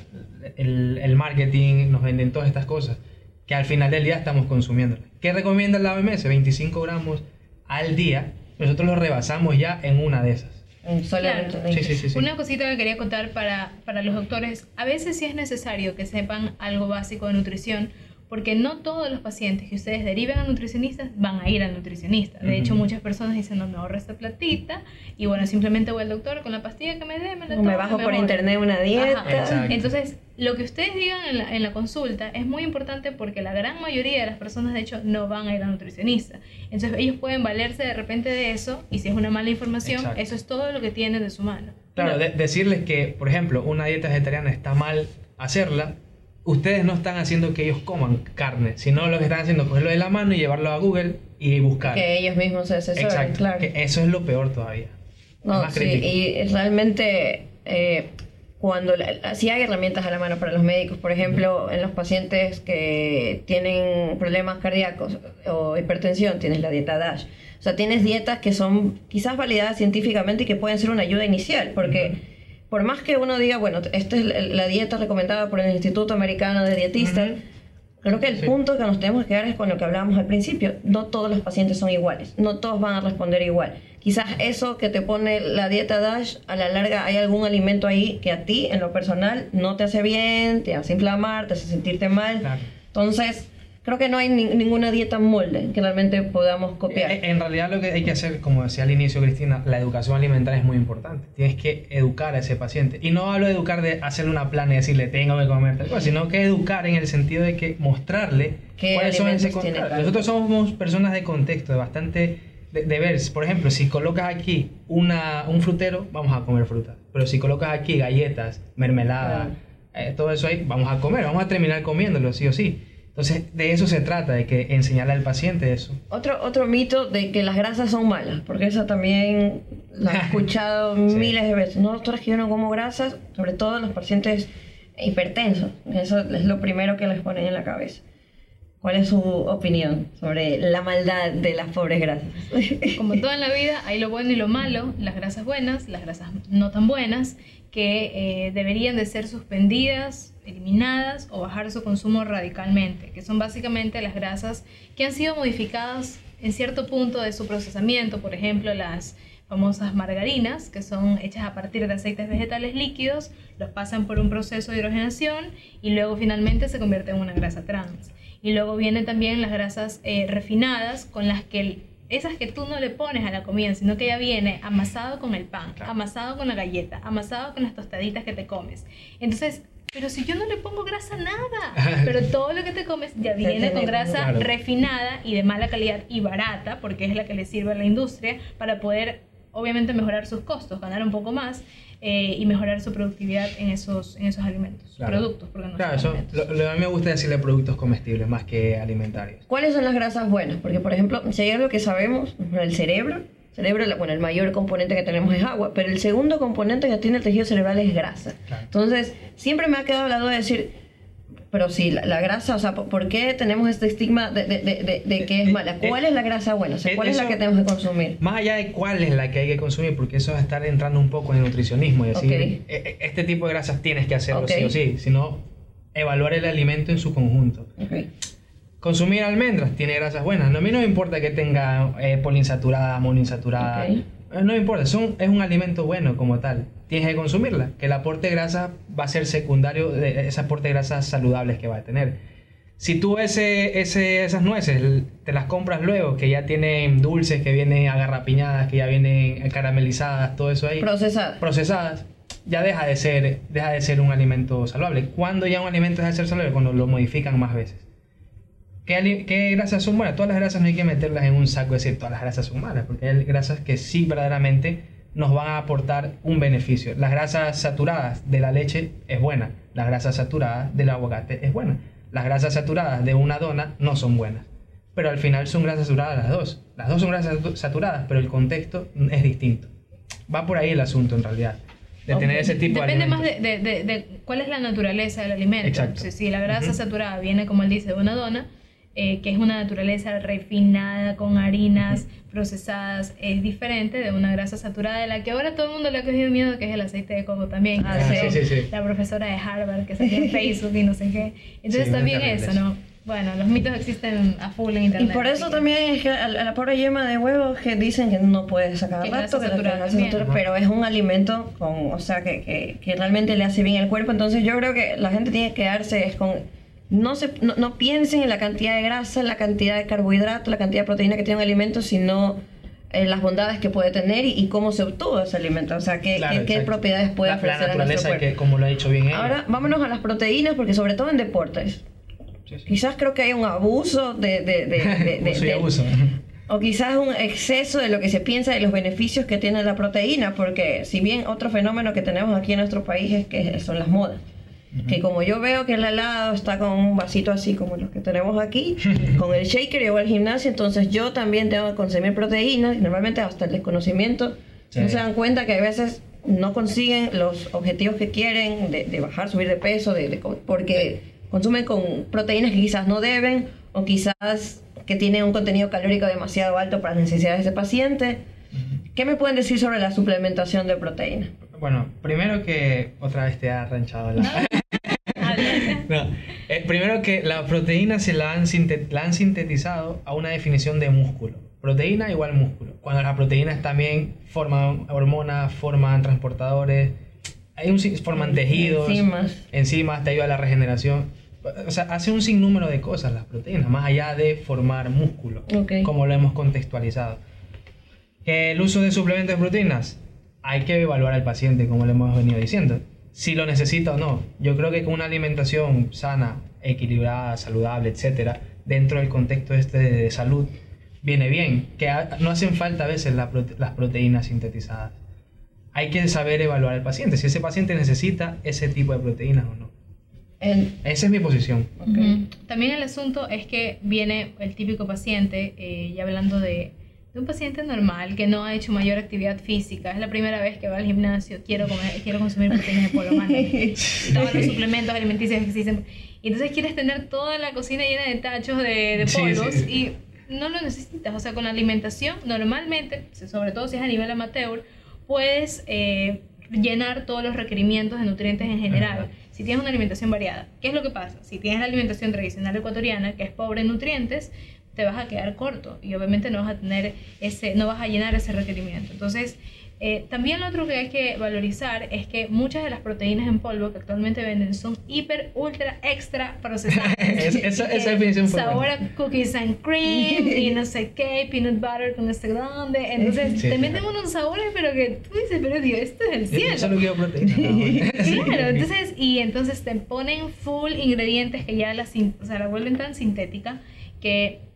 el marketing, nos venden todas estas cosas, que al final del día estamos consumiendo. ¿Qué recomienda la OMS? 25 gramos al día. Nosotros lo rebasamos ya en una de esas. Solamente. Claro. Sí. Una cosita que quería contar para los doctores. A veces sí es necesario que sepan algo básico de nutrición, porque no todos los pacientes que ustedes deriven a nutricionistas van a ir al nutricionista. De hecho, muchas personas dicen, no, me ahorro esta platita y bueno, simplemente voy al doctor con la pastilla que me dé, me la tomo, me bajo por internet una dieta. Entonces, lo que ustedes digan en la consulta es muy importante, porque la gran mayoría de las personas, de hecho, no van a ir al nutricionista. Entonces, ellos pueden valerse de repente de eso, y si es una mala información, eso es todo lo que tienen de su mano. Claro, decirles que, por ejemplo, una dieta vegetariana está mal hacerla. Ustedes no están haciendo que ellos coman carne, sino lo que están haciendo es cogerlo de la mano y llevarlo a Google y buscar. Que ellos mismos se asesoren. Exacto, claro. Que eso es lo peor todavía. No, sí, y realmente cuando sí hay herramientas a la mano para los médicos, por ejemplo, en los pacientes que tienen problemas cardíacos o hipertensión, tienes la dieta DASH. O sea, tienes dietas que son quizás validadas científicamente y que pueden ser una ayuda inicial, porque por más que uno diga, bueno, esta es la dieta recomendada por el Instituto Americano de Dietistas, creo que el punto que nos tenemos que quedar es con lo que hablábamos al principio. No todos los pacientes son iguales, no todos van a responder igual. Quizás eso que te pone la dieta DASH, a la larga hay algún alimento ahí que a ti, en lo personal, no te hace bien, te hace inflamar, te hace sentirte mal. Claro. Entonces, creo que no hay ninguna dieta molde que realmente podamos copiar. En realidad lo que hay que hacer, como decía al inicio Cristina, la educación alimentaria es muy importante. Tienes que educar a ese paciente. Y no hablo de educar de hacerle una plana y decirle tengo que comer tal cosa, sino que educar en el sentido de que mostrarle cuáles son ese contexto. Nosotros somos personas de contexto, de bastante... De ver, por ejemplo, si colocas aquí un frutero, vamos a comer fruta. Pero si colocas aquí galletas, mermelada, todo eso ahí, vamos a comer, vamos a terminar comiéndolo, sí o sí. Entonces, de eso se trata, de que enseñarle al paciente eso. Otro mito de que las grasas son malas, porque eso también lo he escuchado miles de veces. No, doctora, es que yo no como grasas, sobre todo los pacientes hipertensos. Eso es lo primero que les ponen en la cabeza. ¿Cuál es su opinión sobre la maldad de las pobres grasas? Como todo en la vida, hay lo bueno y lo malo, las grasas buenas, las grasas no tan buenas, que deberían de ser suspendidas, eliminadas o bajar su consumo radicalmente, que son básicamente las grasas que han sido modificadas en cierto punto de su procesamiento, por ejemplo las famosas margarinas, que son hechas a partir de aceites vegetales líquidos, los pasan por un proceso de hidrogenación y luego finalmente se convierten en una grasa trans. Y luego vienen también las grasas refinadas, con las que esas que tú no le pones a la comida, sino que ya viene amasado con el pan, amasado con la galleta, amasado con las tostaditas que te comes. Entonces, pero si yo no le pongo grasa nada, pero todo lo que te comes ya viene con grasa refinada y de mala calidad y barata, porque es la que le sirve a la industria para poder, obviamente, mejorar sus costos, ganar un poco más y mejorar su productividad en esos alimentos, productos. Porque no eso, a mí me gusta decirle productos comestibles más que alimentarios. ¿Cuáles son las grasas buenas? Porque, por ejemplo, si hay algo que sabemos, el cerebro cerebro, bueno, el mayor componente que tenemos es agua, pero el segundo componente que tiene el tejido cerebral es grasa. Claro. Entonces, siempre me ha quedado la duda de decir, pero si la grasa, o sea, ¿por qué tenemos este estigma de que es mala? ¿Cuál es la grasa buena? O sea, ¿cuál es la que tenemos que consumir? Más allá de cuál es la que hay que consumir, porque eso es estar entrando un poco en nutricionismo y decir, Ok. Este tipo de grasas tienes que hacerlo Ok. sí o sí, sino evaluar el alimento en su conjunto. Okay. Consumir almendras tiene grasas buenas. A mí no me importa que tenga poliinsaturada, monoinsaturada. Ok. No me importa, es un alimento bueno como tal. Tienes que consumirla. Que el aporte de grasa va a ser secundario de ese aporte de grasas saludables que va a tener. Si tú esas nueces te las compras luego, que ya tienen dulces, que vienen agarrapiñadas, que ya vienen caramelizadas, todo eso ahí. Procesadas. Ya deja de ser un alimento saludable. ¿Cuándo ya un alimento deja de ser saludable? Cuando lo modifican más veces. ¿Qué grasas son buenas? Todas las grasas no hay que meterlas en un saco y decir todas las grasas son malas, porque hay grasas que sí verdaderamente nos van a aportar un beneficio. Las grasas saturadas de la leche es buena, las grasas saturadas del aguacate es buena, las grasas saturadas de una dona no son buenas, pero al final son grasas saturadas las dos son grasas saturadas, pero el contexto es distinto. Va por ahí el asunto en realidad. De tener ese tipo Depende de más alimentos. de cuál es la naturaleza del alimento. Exacto. Si la grasa saturada viene, como él dice, de una dona, que es una naturaleza refinada con harinas procesadas, es diferente de una grasa saturada de la que ahora todo el mundo le ha cogido miedo, que es el aceite de coco también. Ah, sí. La profesora de Harvard que salió en Facebook y no sé qué. Entonces Sí, también terrible eso, eso. ¿no? Bueno, los mitos existen a full en Y internet. por eso así que- también es que a la pobre yema de huevo que dicen que no puedes sacar Que rato, grasa que la saturada grasa también. saturada, pero es un alimento con, o sea, que realmente le hace bien al cuerpo. Entonces yo creo que la gente tiene que quedarse es con no piensen en la cantidad de grasa, la cantidad de carbohidratos, la cantidad de proteína que tiene un alimento, sino en las bondades que puede tener y cómo se obtuvo ese alimento, o sea, qué Exacto. propiedades puede la ofrecer a nuestro naturaleza, cuerpo. que como lo ha dicho bien ella. Ahora vámonos a las proteínas, porque sobre todo en deportes, Sí. quizás creo que hay un abuso Uso y abuso. o quizás un exceso de lo que se piensa de los beneficios que tiene la proteína, porque si bien otro fenómeno que tenemos aquí en nuestro país es que son las modas. Que como yo veo que el helado está con un vasito así como los que tenemos aquí, con el shaker y voy al gimnasio, entonces yo también tengo que consumir proteínas y normalmente hasta el desconocimiento Sí. no se dan cuenta que a veces no consiguen los objetivos que quieren de bajar, subir de peso, porque consumen con proteínas que quizás no deben o quizás que tienen un contenido calórico demasiado alto para las necesidades de ese paciente. ¿Qué me pueden decir sobre la suplementación de proteínas? Bueno, primero que otra vez te ha arranchado la... No, primero que la proteína la han sintetizado a una definición de músculo. Proteína igual músculo. Cuando las proteínas también forman hormonas, forman transportadores, forman tejidos, enzimas, te ayuda a la regeneración. O sea, hace un sinnúmero de cosas las proteínas, más allá de formar músculo, como lo hemos contextualizado. El uso de suplementos de proteínas, hay que evaluar al paciente, como le hemos venido diciendo, si lo necesita o no. Yo creo que con una alimentación sana, equilibrada, saludable, etcétera, dentro del contexto de salud, viene bien. Que no hacen falta a veces las proteínas sintetizadas. Hay que saber evaluar al paciente, si ese paciente necesita ese tipo de proteínas o no. Esa es mi posición. También el asunto es que viene el típico paciente, ya hablando de un paciente normal que no ha hecho mayor actividad física, es la primera vez que va al gimnasio, quiero consumir proteínas de pollo, todos los suplementos alimenticios que existen, y entonces quieres tener toda la cocina llena de tachos de polvos, sí. Y no lo necesitas. O sea, con la alimentación normalmente, sobre todo si es a nivel amateur, puedes llenar todos los requerimientos de nutrientes en general. Si tienes una alimentación variada, ¿qué es lo que pasa? Si tienes la alimentación tradicional ecuatoriana, que es pobre en nutrientes, te vas a quedar corto y obviamente no vas a tener no vas a llenar ese requerimiento. Entonces, también lo otro que hay que valorizar es que muchas de las proteínas en polvo que actualmente venden son hiper, ultra, extra procesadas. esa definición fue sabor a cookies and cream y no sé qué, peanut butter con no sé dónde. Entonces, te meten unos sabores, pero que tú dices, pero Dios, esto es el cielo. Yo solo quiero proteína. Claro, entonces te ponen full ingredientes que ya la vuelven tan sintética que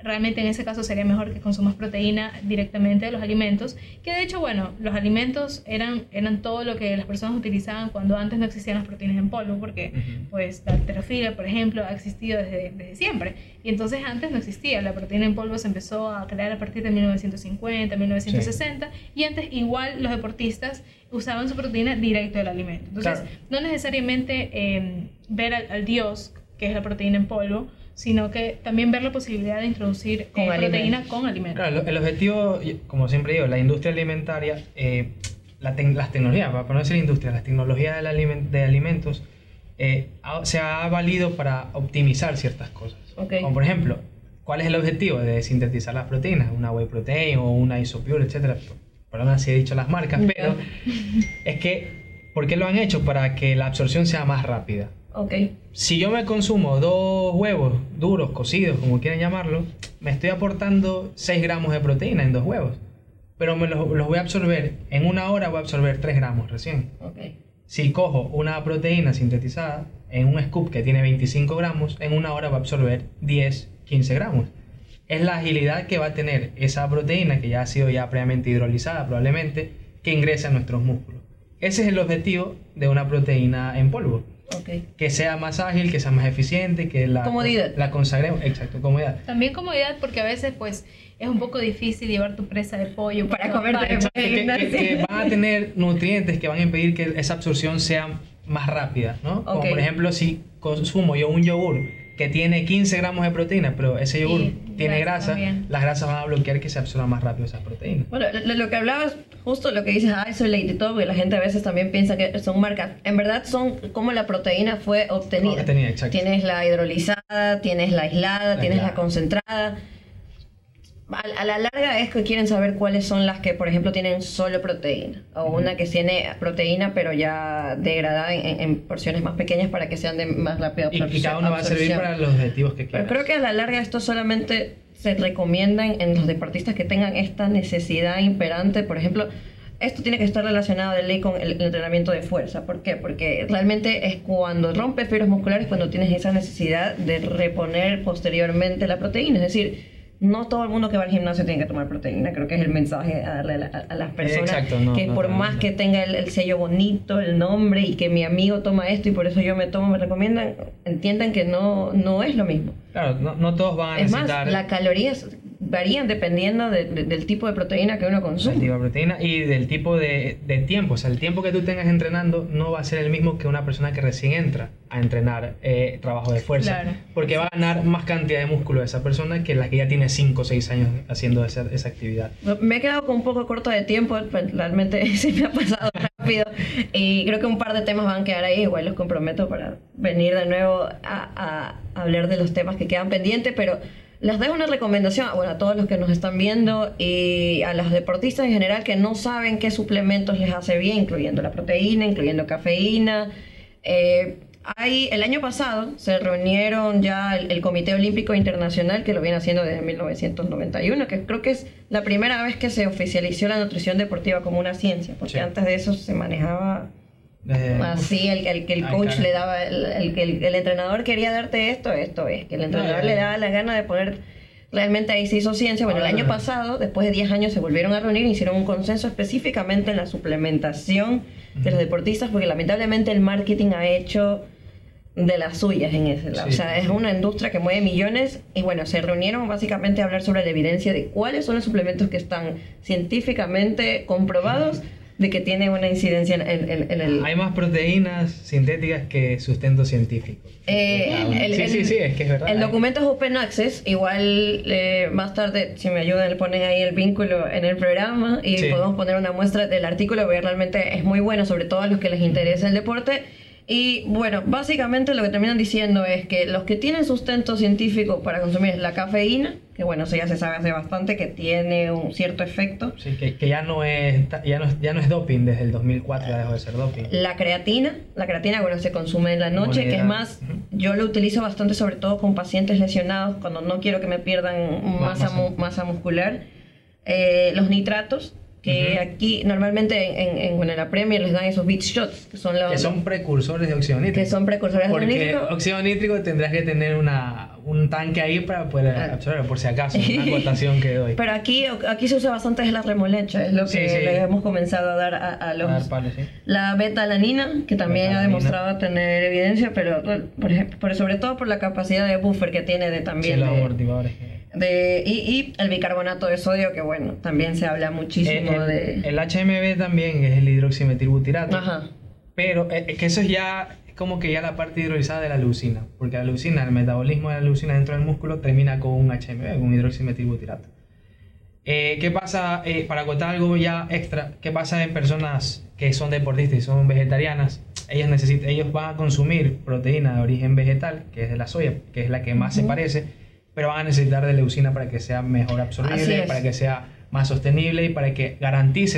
realmente en ese caso sería mejor que consumas proteína directamente de los alimentos, que de hecho, bueno, los alimentos eran todo lo que las personas utilizaban cuando antes no existían las proteínas en polvo, porque pues la halterofilia, por ejemplo, ha existido desde siempre, y entonces antes no existía, la proteína en polvo se empezó a crear a partir de 1950, 1960, y antes igual los deportistas usaban su proteína directo del alimento. Entonces, no necesariamente ver al dios, que es la proteína en polvo, sino que también ver la posibilidad de introducir proteína con alimentos. Claro, el objetivo, como siempre digo, la industria alimentaria, las tecnologías, para no decir industria, las tecnologías de alimentos se ha valido para optimizar ciertas cosas. Como por ejemplo, ¿cuál es el objetivo de sintetizar las proteínas? Una whey protein o una isopure, etcétera. Perdón si he dicho las marcas, pero es que, ¿por qué lo han hecho? Para que la absorción sea más rápida. Si yo me consumo 2 huevos duros, cocidos, como quieran llamarlo, me estoy aportando 6 gramos de proteína en 2 huevos. Pero los voy a absorber, en 1 hora voy a absorber 3 gramos recién. Si cojo una proteína sintetizada en un scoop que tiene 25 gramos, en 1 hora va a absorber 10, 15 gramos. Es la agilidad que va a tener esa proteína, que ya ha sido previamente hidrolizada probablemente, que ingresa a nuestros músculos. Ese es el objetivo de una proteína en polvo. Que sea más ágil, que sea más eficiente, que la consagremos. Exacto, comodidad. También comodidad, porque a veces pues es un poco difícil llevar tu presa de pollo para comer. Que van a tener nutrientes que van a impedir que esa absorción sea más rápida, ¿no? Como por ejemplo, si consumo yo un yogur que tiene 15 gramos de proteína, pero ese yogur tiene grasa, las grasas van a bloquear que se absorba más rápido esa proteína. Bueno, lo que hablabas, justo lo que dices, isolate y todo, porque la gente a veces también piensa que son marcas. En verdad son como la proteína fue obtenida. Tienes la hidrolizada, tienes la aislada, tienes la concentrada. A la larga es que quieren saber cuáles son las que, por ejemplo, tienen solo proteína, o una que tiene proteína pero ya degradada en porciones más pequeñas para que sean de más rápida absorción. Y cada uno va a servir para los objetivos que quieran. Pero creo que a la larga esto solamente se recomienda en los deportistas que tengan esta necesidad imperante. Por ejemplo, esto tiene que estar relacionado de ley con el entrenamiento de fuerza. ¿Por qué? Porque realmente es cuando rompes fibras musculares cuando tienes esa necesidad de reponer posteriormente la proteína. Es decir, no todo el mundo que va al gimnasio tiene que tomar proteína. Creo que es el mensaje a darle a las personas. Que por más que tenga el sello bonito, el nombre, y que mi amigo toma esto y por eso yo me recomiendan, entiendan que no es lo mismo. Claro, no todos van a necesitar... Es más, las calorías varían dependiendo del tipo de proteína que uno consume. El tipo de proteína y del tipo de tiempo. O sea, el tiempo que tú tengas entrenando no va a ser el mismo que una persona que recién entra a entrenar trabajo de fuerza. Porque va a ganar más cantidad de músculo de esa persona que la que ya tiene 5 o 6 años haciendo esa actividad. Me he quedado con un poco corto de tiempo, realmente se me ha pasado rápido. Y creo que un par de temas van a quedar ahí. Igual los comprometo para venir de nuevo a hablar de los temas que quedan pendientes, pero les dejo una recomendación a todos los que nos están viendo y a los deportistas en general que no saben qué suplementos les hace bien, incluyendo la proteína, incluyendo cafeína. El año pasado se reunieron ya el Comité Olímpico Internacional, que lo viene haciendo desde 1991, que creo que es la primera vez que se oficializó la nutrición deportiva como una ciencia, porque antes de eso se manejaba... así, el coach le daba, el entrenador quería darte esto es, que el entrenador le daba la gana de poner, realmente ahí se hizo ciencia. Bueno, el año pasado, después de 10 años, se volvieron a reunir y hicieron un consenso específicamente en la suplementación de los deportistas, porque lamentablemente el marketing ha hecho de las suyas en ese lado. O sea, es una industria que mueve millones y bueno, se reunieron básicamente a hablar sobre la evidencia de cuáles son los suplementos que están científicamente comprobados de que tiene una incidencia en el... Hay más proteínas sintéticas que sustento científico. Sí, es que es verdad. El documento es Open Access, igual más tarde, si me ayudan, le ponen ahí el vínculo en el programa y podemos poner una muestra del artículo, porque realmente es muy bueno, sobre todo a los que les interesa el deporte. Y bueno, básicamente lo que terminan diciendo es que los que tienen sustento científico para consumir es la cafeína, que bueno, eso ya se sabe hace bastante, que tiene un cierto efecto. Sí, que ya no es doping, desde el 2004 ya dejó de ser doping. La creatina, bueno, se consume en la noche, que es más, yo lo utilizo bastante sobre todo con pacientes lesionados, cuando no quiero que me pierdan masa muscular. Los nitratos, que aquí normalmente en la Premier les dan esos beet shots, que son Que son precursores de óxido nítrico. que son precursores de Porque nítrico. óxido nítrico tendrás que tener un tanque ahí para poder absorber, por si acaso, una acotación que doy. Pero aquí se usa bastante es la remolacha, es lo que le hemos comenzado a dar a los... A dar palos, sí. La beta-alanina, que también ha demostrado tener evidencia, pero por ejemplo, sobre todo por la capacidad de buffer que tiene de también... Sí, los amortiguadores. Y el bicarbonato de sodio, que bueno, también se habla muchísimo de... El HMB también es el hidroximetilbutirato. Ajá. Pero que eso es ya como que ya la parte hidrolizada de la leucina, porque la leucina, el metabolismo de la leucina dentro del músculo termina con un HMB, con un hidroximetilbutirato. ¿Qué pasa, para acotar algo ya extra, qué pasa en personas que son deportistas y son vegetarianas? Ellos van a consumir proteína de origen vegetal, que es de la soya, que es la que más se parece, pero van a necesitar de leucina para que sea mejor absorbible, para que sea más sostenible y para que garantice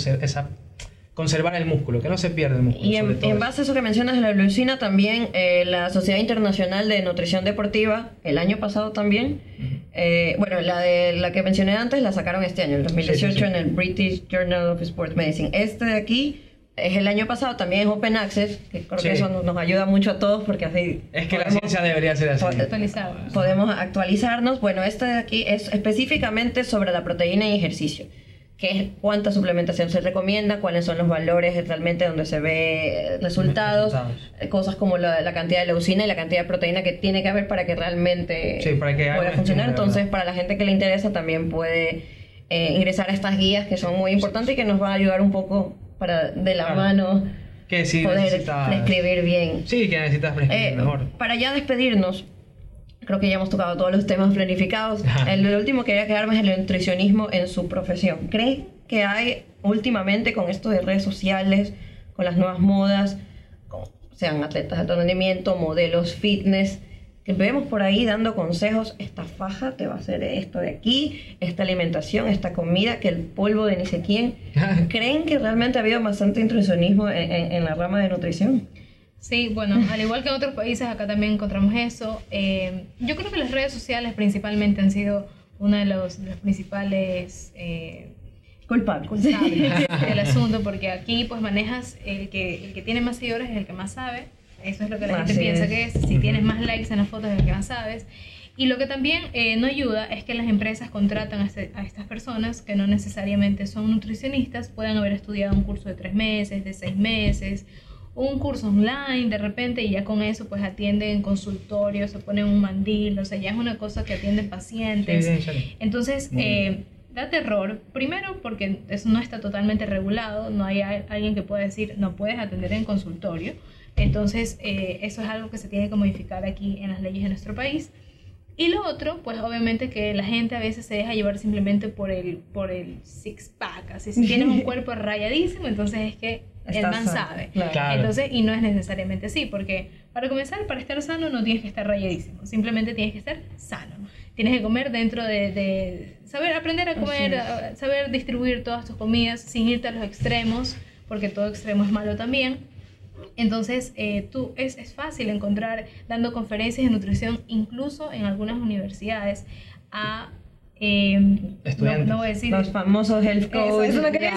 conservar el músculo, que no se pierda el músculo. Y en base a eso que mencionas de la leucina, también la Sociedad Internacional de Nutrición Deportiva, el año pasado también, bueno, la que mencioné antes la sacaron este año, en 2018, en el British Journal of Sports Medicine. Este de aquí es el año pasado, también es Open Access, que creo que eso nos ayuda mucho a todos porque así... Es que la ciencia debería ser así. Podemos actualizarnos. Bueno, este de aquí es específicamente sobre la proteína y ejercicio. ¿Qué es, cuánta suplementación se recomienda? ¿Cuáles son los valores realmente donde se ve resultados? Cosas como la cantidad de leucina y la cantidad de proteína que tiene que haber para que realmente pueda funcionar. Entonces, para la gente que le interesa, también puede ingresar a estas guías que son muy importantes y que nos van a ayudar un poco para de la mano que si poder prescribir bien. Sí, que necesitas prescribir mejor. Para ya despedirnos, creo que ya hemos tocado todos los temas planificados. El último que quería quedarme es el nutricionismo en su profesión. ¿Creen que hay últimamente con esto de redes sociales, con las nuevas modas, sean atletas de alto rendimiento, modelos fitness, que vemos por ahí dando consejos, esta faja te va a hacer esto de aquí, esta alimentación, esta comida, que el polvo de ni sé quién? ¿Creen que realmente ha habido bastante nutricionismo en la rama de nutrición? Sí, bueno, al igual que en otros países, acá también encontramos eso. Yo creo que las redes sociales principalmente han sido uno de los principales culpables del asunto, porque aquí pues manejas el que tiene más seguidores es el que más sabe. Eso es lo que la gente piensa que es. Si tienes más likes en las fotos es el que más sabes. Y lo que también no ayuda es que las empresas contratan a estas personas que no necesariamente son nutricionistas, puedan haber estudiado un curso de 3 meses, de 6 meses, un curso online de repente, y ya con eso pues atienden en consultorio, se ponen un mandil, o sea, ya es una cosa que atienden pacientes. Entonces, da terror, primero porque eso no está totalmente regulado, no hay alguien que pueda decir no puedes atender en consultorio. Entonces, eso es algo que se tiene que modificar aquí en las leyes de nuestro país. Y lo otro, pues obviamente que la gente a veces se deja llevar simplemente por el six-pack. Así, si tienes un cuerpo rayadísimo, entonces es que el man sabe. Claro. Entonces, y no es necesariamente así, porque para comenzar, para estar sano no tienes que estar rayadísimo. Simplemente tienes que estar sano. Tienes que comer dentro de saber, aprender a comer, saber distribuir todas tus comidas sin irte a los extremos, porque todo extremo es malo también. Entonces, es fácil encontrar, dando conferencias de nutrición, incluso en algunas universidades, a estudiantes. no voy a decir los famosos health coaches. Eso es lo que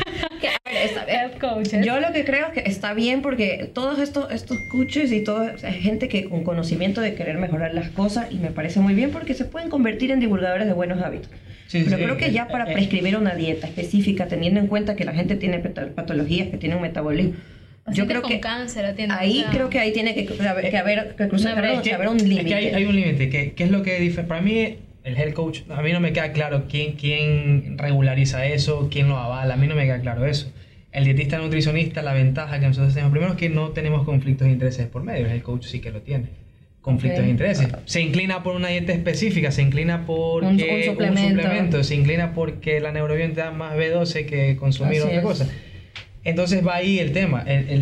health coaches. Yo lo que creo es que está bien porque todos estos coaches y toda gente que con conocimiento de querer mejorar las cosas, y me parece muy bien porque se pueden convertir en divulgadores de buenos hábitos. Pero creo que ya para prescribir una dieta específica, teniendo en cuenta que la gente tiene patologías, que tiene un metabolismo, yo creo que cáncer, ahí creo que ahí tiene que haber un límite. Es que hay un límite, que es lo que para mí el health coach, a mí no me queda claro quién regulariza eso, quién lo avala, a mí no me queda claro eso. El dietista nutricionista, la ventaja que nosotros tenemos, primero es que no tenemos conflictos de intereses por medio, el health coach sí que lo tiene. Conflictos de intereses. Se inclina por una dieta específica, se inclina por un suplemento, se inclina porque la neurobión te da más B12 que consumir otra cosa. Entonces va ahí el tema.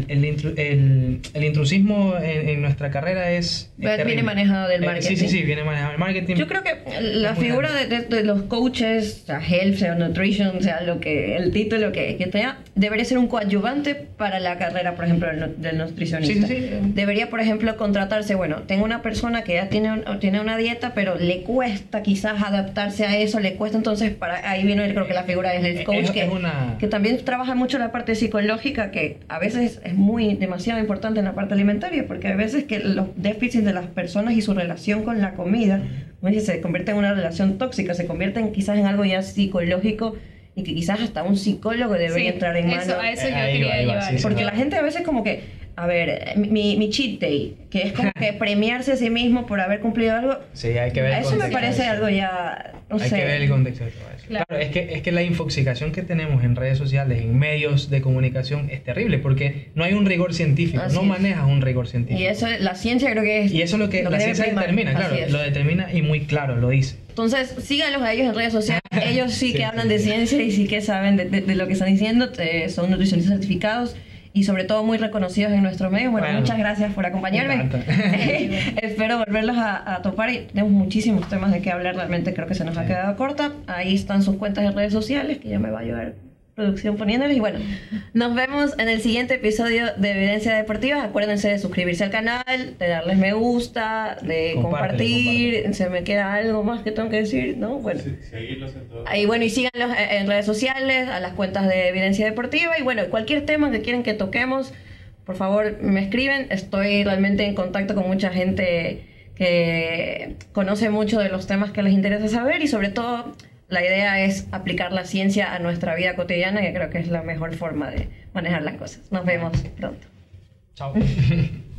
El intrusismo en nuestra carrera es Viene terrible. manejado del marketing. Sí, viene manejado del marketing. Yo creo que la figura de los coaches, o sea, health, sea nutrition, sea el título que tenga, debería ser un coadyuvante para la carrera, por ejemplo, del nutricionista. Sí. Debería, por ejemplo, contratarse, bueno, tengo una persona que ya tiene una dieta, pero le cuesta quizás adaptarse a eso, le cuesta, entonces ahí viene, creo que la figura del coach, que también trabaja mucho la parte psicológica, que a veces es demasiado importante en la parte alimentaria, porque a veces que los déficits de las personas y su relación con la comida, como dice, se convierte en una relación tóxica, se convierte quizás en algo ya psicológico y que quizás hasta un psicólogo debería entrar en mano. A eso yo quería llevar. Porque la gente a veces como que, a ver, mi cheat day, que es como que premiarse a sí mismo por haber cumplido algo. Sí, hay que ver el eso me contexto parece algo ya, no sé. Hay que ver el contexto de todo eso. Claro, es que la infoxicación que tenemos en redes sociales, en medios de comunicación, es terrible porque no hay un rigor científico, no manejas un rigor científico. Y eso, la ciencia creo que es. Y eso es lo que la ciencia determina, claro, lo determina y muy claro lo dice. Entonces, síganlos a ellos en redes sociales. Ellos sí que hablan de ciencia y sí que saben de lo que están diciendo. Son nutricionistas certificados y sobre todo muy reconocidos en nuestro medio. Bueno, muchas gracias por acompañarme. Espero volverlos a topar y tenemos muchísimos temas de qué hablar. Realmente creo que se nos ha quedado corta. Ahí están sus cuentas de redes sociales, que ya me va a ayudar producción poniéndoles. Y bueno, nos vemos en el siguiente episodio de Evidencia Deportiva. Acuérdense de suscribirse al canal, de darles me gusta, de compartir. Se me queda algo más que tengo que decir, ¿no? Bueno, seguirlos en todo. Ahí, bueno, y síganlos en redes sociales, a las cuentas de Evidencia Deportiva. Y bueno, cualquier tema que quieren que toquemos, por favor me escriben. Estoy realmente en contacto con mucha gente que conoce mucho de los temas que les interesa saber y sobre todo la idea es aplicar la ciencia a nuestra vida cotidiana, que creo que es la mejor forma de manejar las cosas. Nos vemos pronto. Chao.